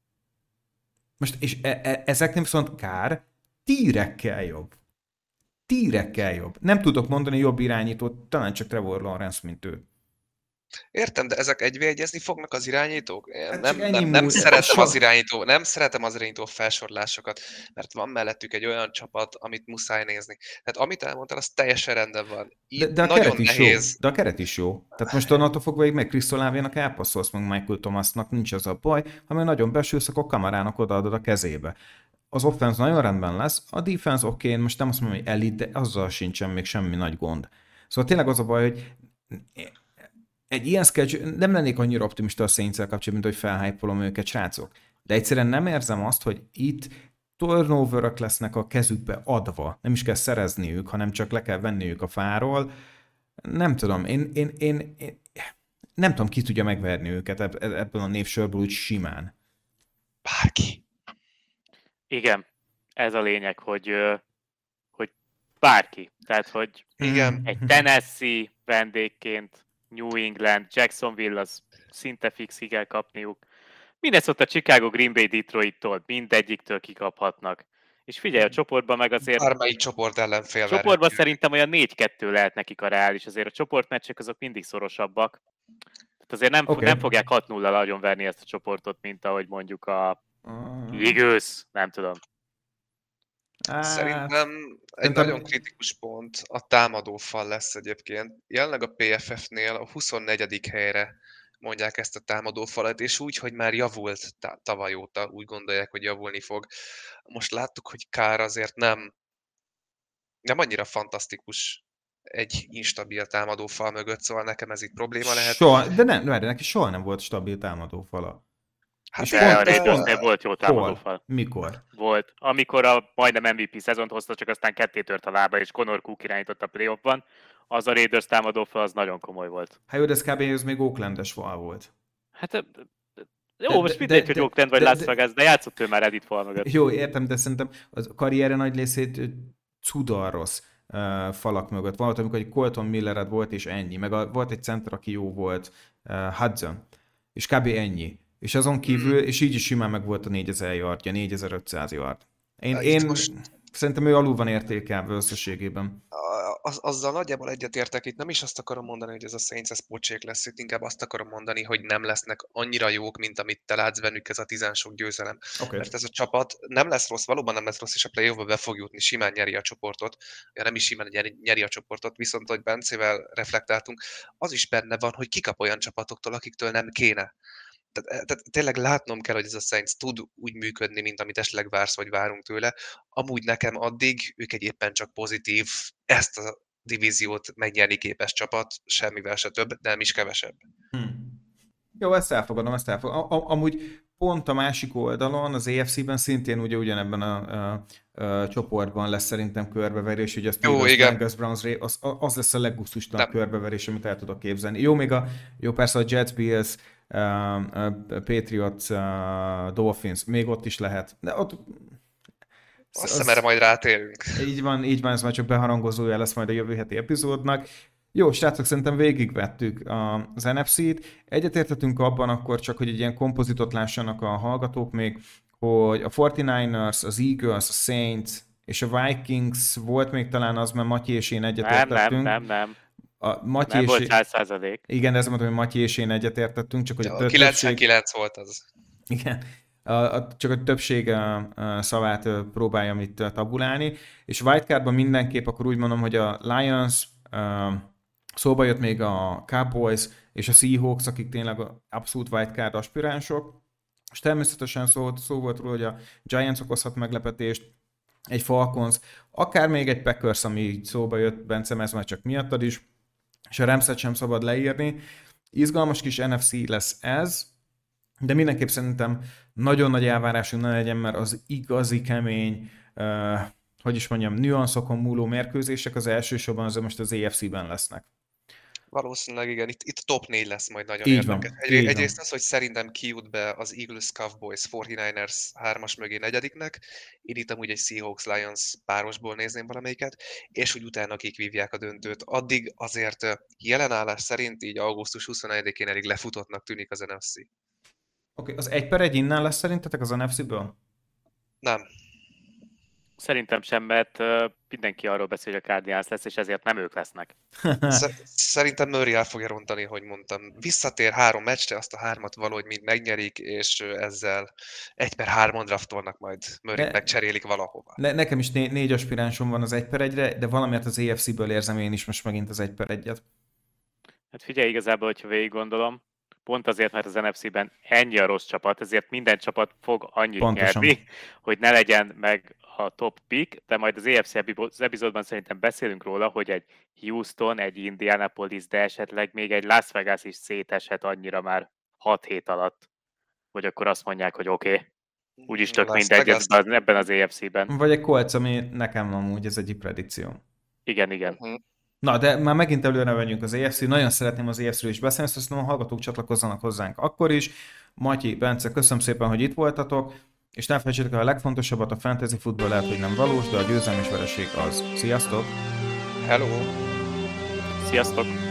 Most, és e- e- ezeknél viszont kár, tírekkel jobb. Tírekkel jobb. Nem tudok mondani jobb irányítót, talán csak Trevor Lawrence, mint ő. Értem, de ezek egybeegyezni fognak az irányítók? Én Hát nem, csak ennyi nem, nem múl- szeretem so- az irányító, nem szeretem az irányító felsorlásokat, mert van mellettük egy olyan csapat, amit muszáj nézni. Tehát amit elmondtál, az teljesen rendben van. De, Itt de a nagyon keret is nehéz. jó. De a keret is jó. Tehát most onnantól fogva így meg Chris Olavénak elpasszolsz, meg Michael Thomasnak, nincs az a baj, ha meg nagyon besülsz, akkor Kamarának odaadod a kezébe. Az offense nagyon rendben lesz, a defense oké, okay, most nem azt mondom, hogy elit, de azzal sincsen még semmi nagy gond. Szóval tényleg az a baj, hogy egy ilyen schedule, nem lennék annyira optimista a Saints-el kapcsolatban, mint hogy felhypolom őket, srácok. De egyszerűen nem érzem azt, hogy itt turnoverök lesznek a kezükbe adva. Nem is kell szerezniük, hanem csak le kell venniük a fáról. Nem tudom, én, én, én, én nem tudom, ki tudja megverni őket ebből a névsorből úgy simán. Bárki. Igen, ez a lényeg, hogy, ö, hogy bárki. Tehát, hogy Igen. egy Tennessee vendégként, New England, Jacksonville, az szinte fix ki kell kapniuk. Minnesota, Chicago, Green Bay, Detroit-tól, mindegyiktől kikaphatnak. És figyelj, a csoportban meg azért... Bármelyik csoport ellen A félverhető. csoportban szerintem olyan négy kettő lehet nekik a reális, azért a csoportmeccsek azok mindig szorosabbak. Tehát azért nem, Okay. nem fogják hat nulla nagyon verni ezt a csoportot, mint ahogy mondjuk a Eagles, nem tudom. Szerintem egy Szerintem- nagyon kritikus pont a támadó fal lesz egyébként. Jelenleg a pé ef ef-nél a huszonnegyedik helyre mondják ezt a támadó falat, és úgy, hogy már javult tá- tavaly óta, úgy gondolják, hogy javulni fog. Most láttuk, hogy Kár azért nem, nem annyira fantasztikus egy instabil támadó fal mögött, szóval nekem ez itt probléma lehet. Soha, de nem, várj, neki soha nem volt stabil támadófala. Hát És De pont- a pont- Raidersnél volt jó támadófal. Hol? Mikor? Volt. Amikor a majdnem em vé pé szezont hozta, csak aztán ketté tört a lába, és Connor Cook irányított a playoffban, az a Raiders támadófal az nagyon komoly volt. Hát jó, de ez kb. Ez még Oaklandes fal volt. Hát ö, ö, jó, De- most de- mindegy, de- hogy de- Oakland vagy de- Las de- Vegas, de játszott ő már Reddit fal mögött. Jó, értem, de szerintem az karriere nagy részét ö, cudar rossz uh, falak mögött. Volt, amikor egy Colton Millered volt, és ennyi. Meg a, volt egy center, aki jó volt, uh, Hudson. És kb. Ennyi. És azon kívül, és így is simán meg volt a négyezer yardja, négyezer-ötszáz yard. Én, Na, itt én most- szerintem ő alul van értékelve összességében. A- az, azzal nagyjából egyetértek, itt nem is azt akarom mondani, hogy ez a Saints ez pocsék lesz, itt inkább azt akarom mondani, hogy nem lesznek annyira jók, mint amit te látsz bennük ez a tizensok győzelem. Okay. Mert ez a csapat nem lesz rossz, valóban nem lesz rossz, és a play-offba be fog jutni, simán nyeri a csoportot, ja, nem is simán nyeri, nyeri a csoportot, viszont, hogy Bencével reflektáltunk, az is benne van, hogy kikap olyan csapatoktól, akiktől nem kéne. Tehát, tehát tényleg látnom kell, hogy ez a Saints tud úgy működni, mint amit esetleg vársz, vagy várunk tőle. Amúgy nekem addig ők egy éppen csak pozitív, ezt a divíziót megnyerni képes csapat, semmivel se több, de nem is kevesebb. Hmm. Jó, ezt elfogadom, ezt elfogadom. A- a- amúgy pont a másik oldalon, az á ef cé-ben szintén ugye ugyanebben a, a, a csoportban lesz szerintem körbeverés, ugye a Steelers, Bengals, Browns, az, az lesz a leggusztustalanabb körbeverés, amit el tudok képzelni. Jó, még a, jó persze a Jets, Bills, uh, uh, Patriots, uh, Dolphins, még ott is lehet. De ott... Azt hiszem, erre majd rátérünk. Így van, így van, ez már csak beharangozója lesz majd a jövő heti epizódnak. Jó, srácok, szerintem végigvettük az en ef cét. Egyetértettünk abban akkor csak, hogy egy ilyen kompozitot lássanak a hallgatók még, hogy a negyvenkilencesek, az Eagles, a Saints és a Vikings volt még talán az, mert Matyi és én egyetértettünk. Nem, nem, nem, nem. A Matyi nem és volt száz százalék. Igen, ez mondom, hogy Matyi és én egyetértettünk, csak hogy Ja, a többség... kilencvenkilenc volt az. Igen. A, a, csak a többség a, a szavát próbálja itt tabulálni, és wildcardban mindenképp akkor úgy mondom, hogy a Lions, a, szóba jött még a Cowboys és a Seahawks, akik tényleg abszolút wildcard aspiránsok, és természetesen szó, szó volt róla, hogy a Giants okozhat meglepetést, egy Falcons, akár még egy Packers, ami így szóba jött, Bence, ez már csak miattad is, és a Ramset sem szabad leírni. Izgalmas kis en ef cé lesz ez, de mindenképp szerintem nagyon nagy elvárásunk ne legyen, mert az igazi kemény, uh, hogy is mondjam, nüanszokon múló mérkőzések az elsősorban azért most az á ef cében lesznek. Valószínűleg igen, itt, itt top négy lesz majd nagyon így érdekes. Van, Egy, így egyrészt van. az, hogy szerintem kijut be az Eagles, Cowboys, negyvenkilencesek hármas mögé negyediknek, én itt amúgy egy Seahawks-Lions párosból nézném valamelyiket, és hogy utána kik vívják a döntőt. Addig azért jelenállás szerint így augusztus huszonegyedikén elég lefutottnak tűnik az en ef cé. Oké, okay, az egy per egy innen lesz szerintetek az en ef céből? Nem. Szerintem sem, mert uh, mindenki arról beszél, hogy a Cardinals lesz, és ezért nem ők lesznek. Szerintem Murray el fogja rontani, hogy mondtam. Visszatér három meccsre, azt a hármat valahogy mind megnyerik, és ezzel egy per hármon draftolnak majd Murray-t megcserélik valahova. Ne, nekem is né- négy aspiránsom van az egy per egyre, de valamiért az á ef céből érzem én is most megint az egy per egyet. Hát figyelj, igazából, hogyha végig gondolom, pont azért, mert az en ef cében ennyi a rossz csapat, ezért minden csapat fog annyit Pontosan. nyerni, hogy ne legyen meg a top pick, de majd az á ef cé epizódban szerintem beszélünk róla, hogy egy Houston, egy Indianapolis, de esetleg még egy Las Vegas is széteshet annyira már hat hét alatt, hogy akkor azt mondják, hogy oké, okay, úgyis tök Las mindegy Vegas. ez, ebben az á ef cében. Vagy egy Colts, ami nekem amúgy ez egyik predikció. Igen, igen. Uh-huh. Na, de már megint előre megyünk az á ef cé, nagyon szeretném az á ef céről is beszélni, ezt aztán a hallgatók csatlakozzanak hozzánk akkor is. Matyi, Bence, köszönöm szépen, hogy itt voltatok, és ne felejtsétek el a legfontosabbat, a fantasy futball lehet, hogy nem valós, de a győzelem és vereség az. Sziasztok! Hello! Sziasztok!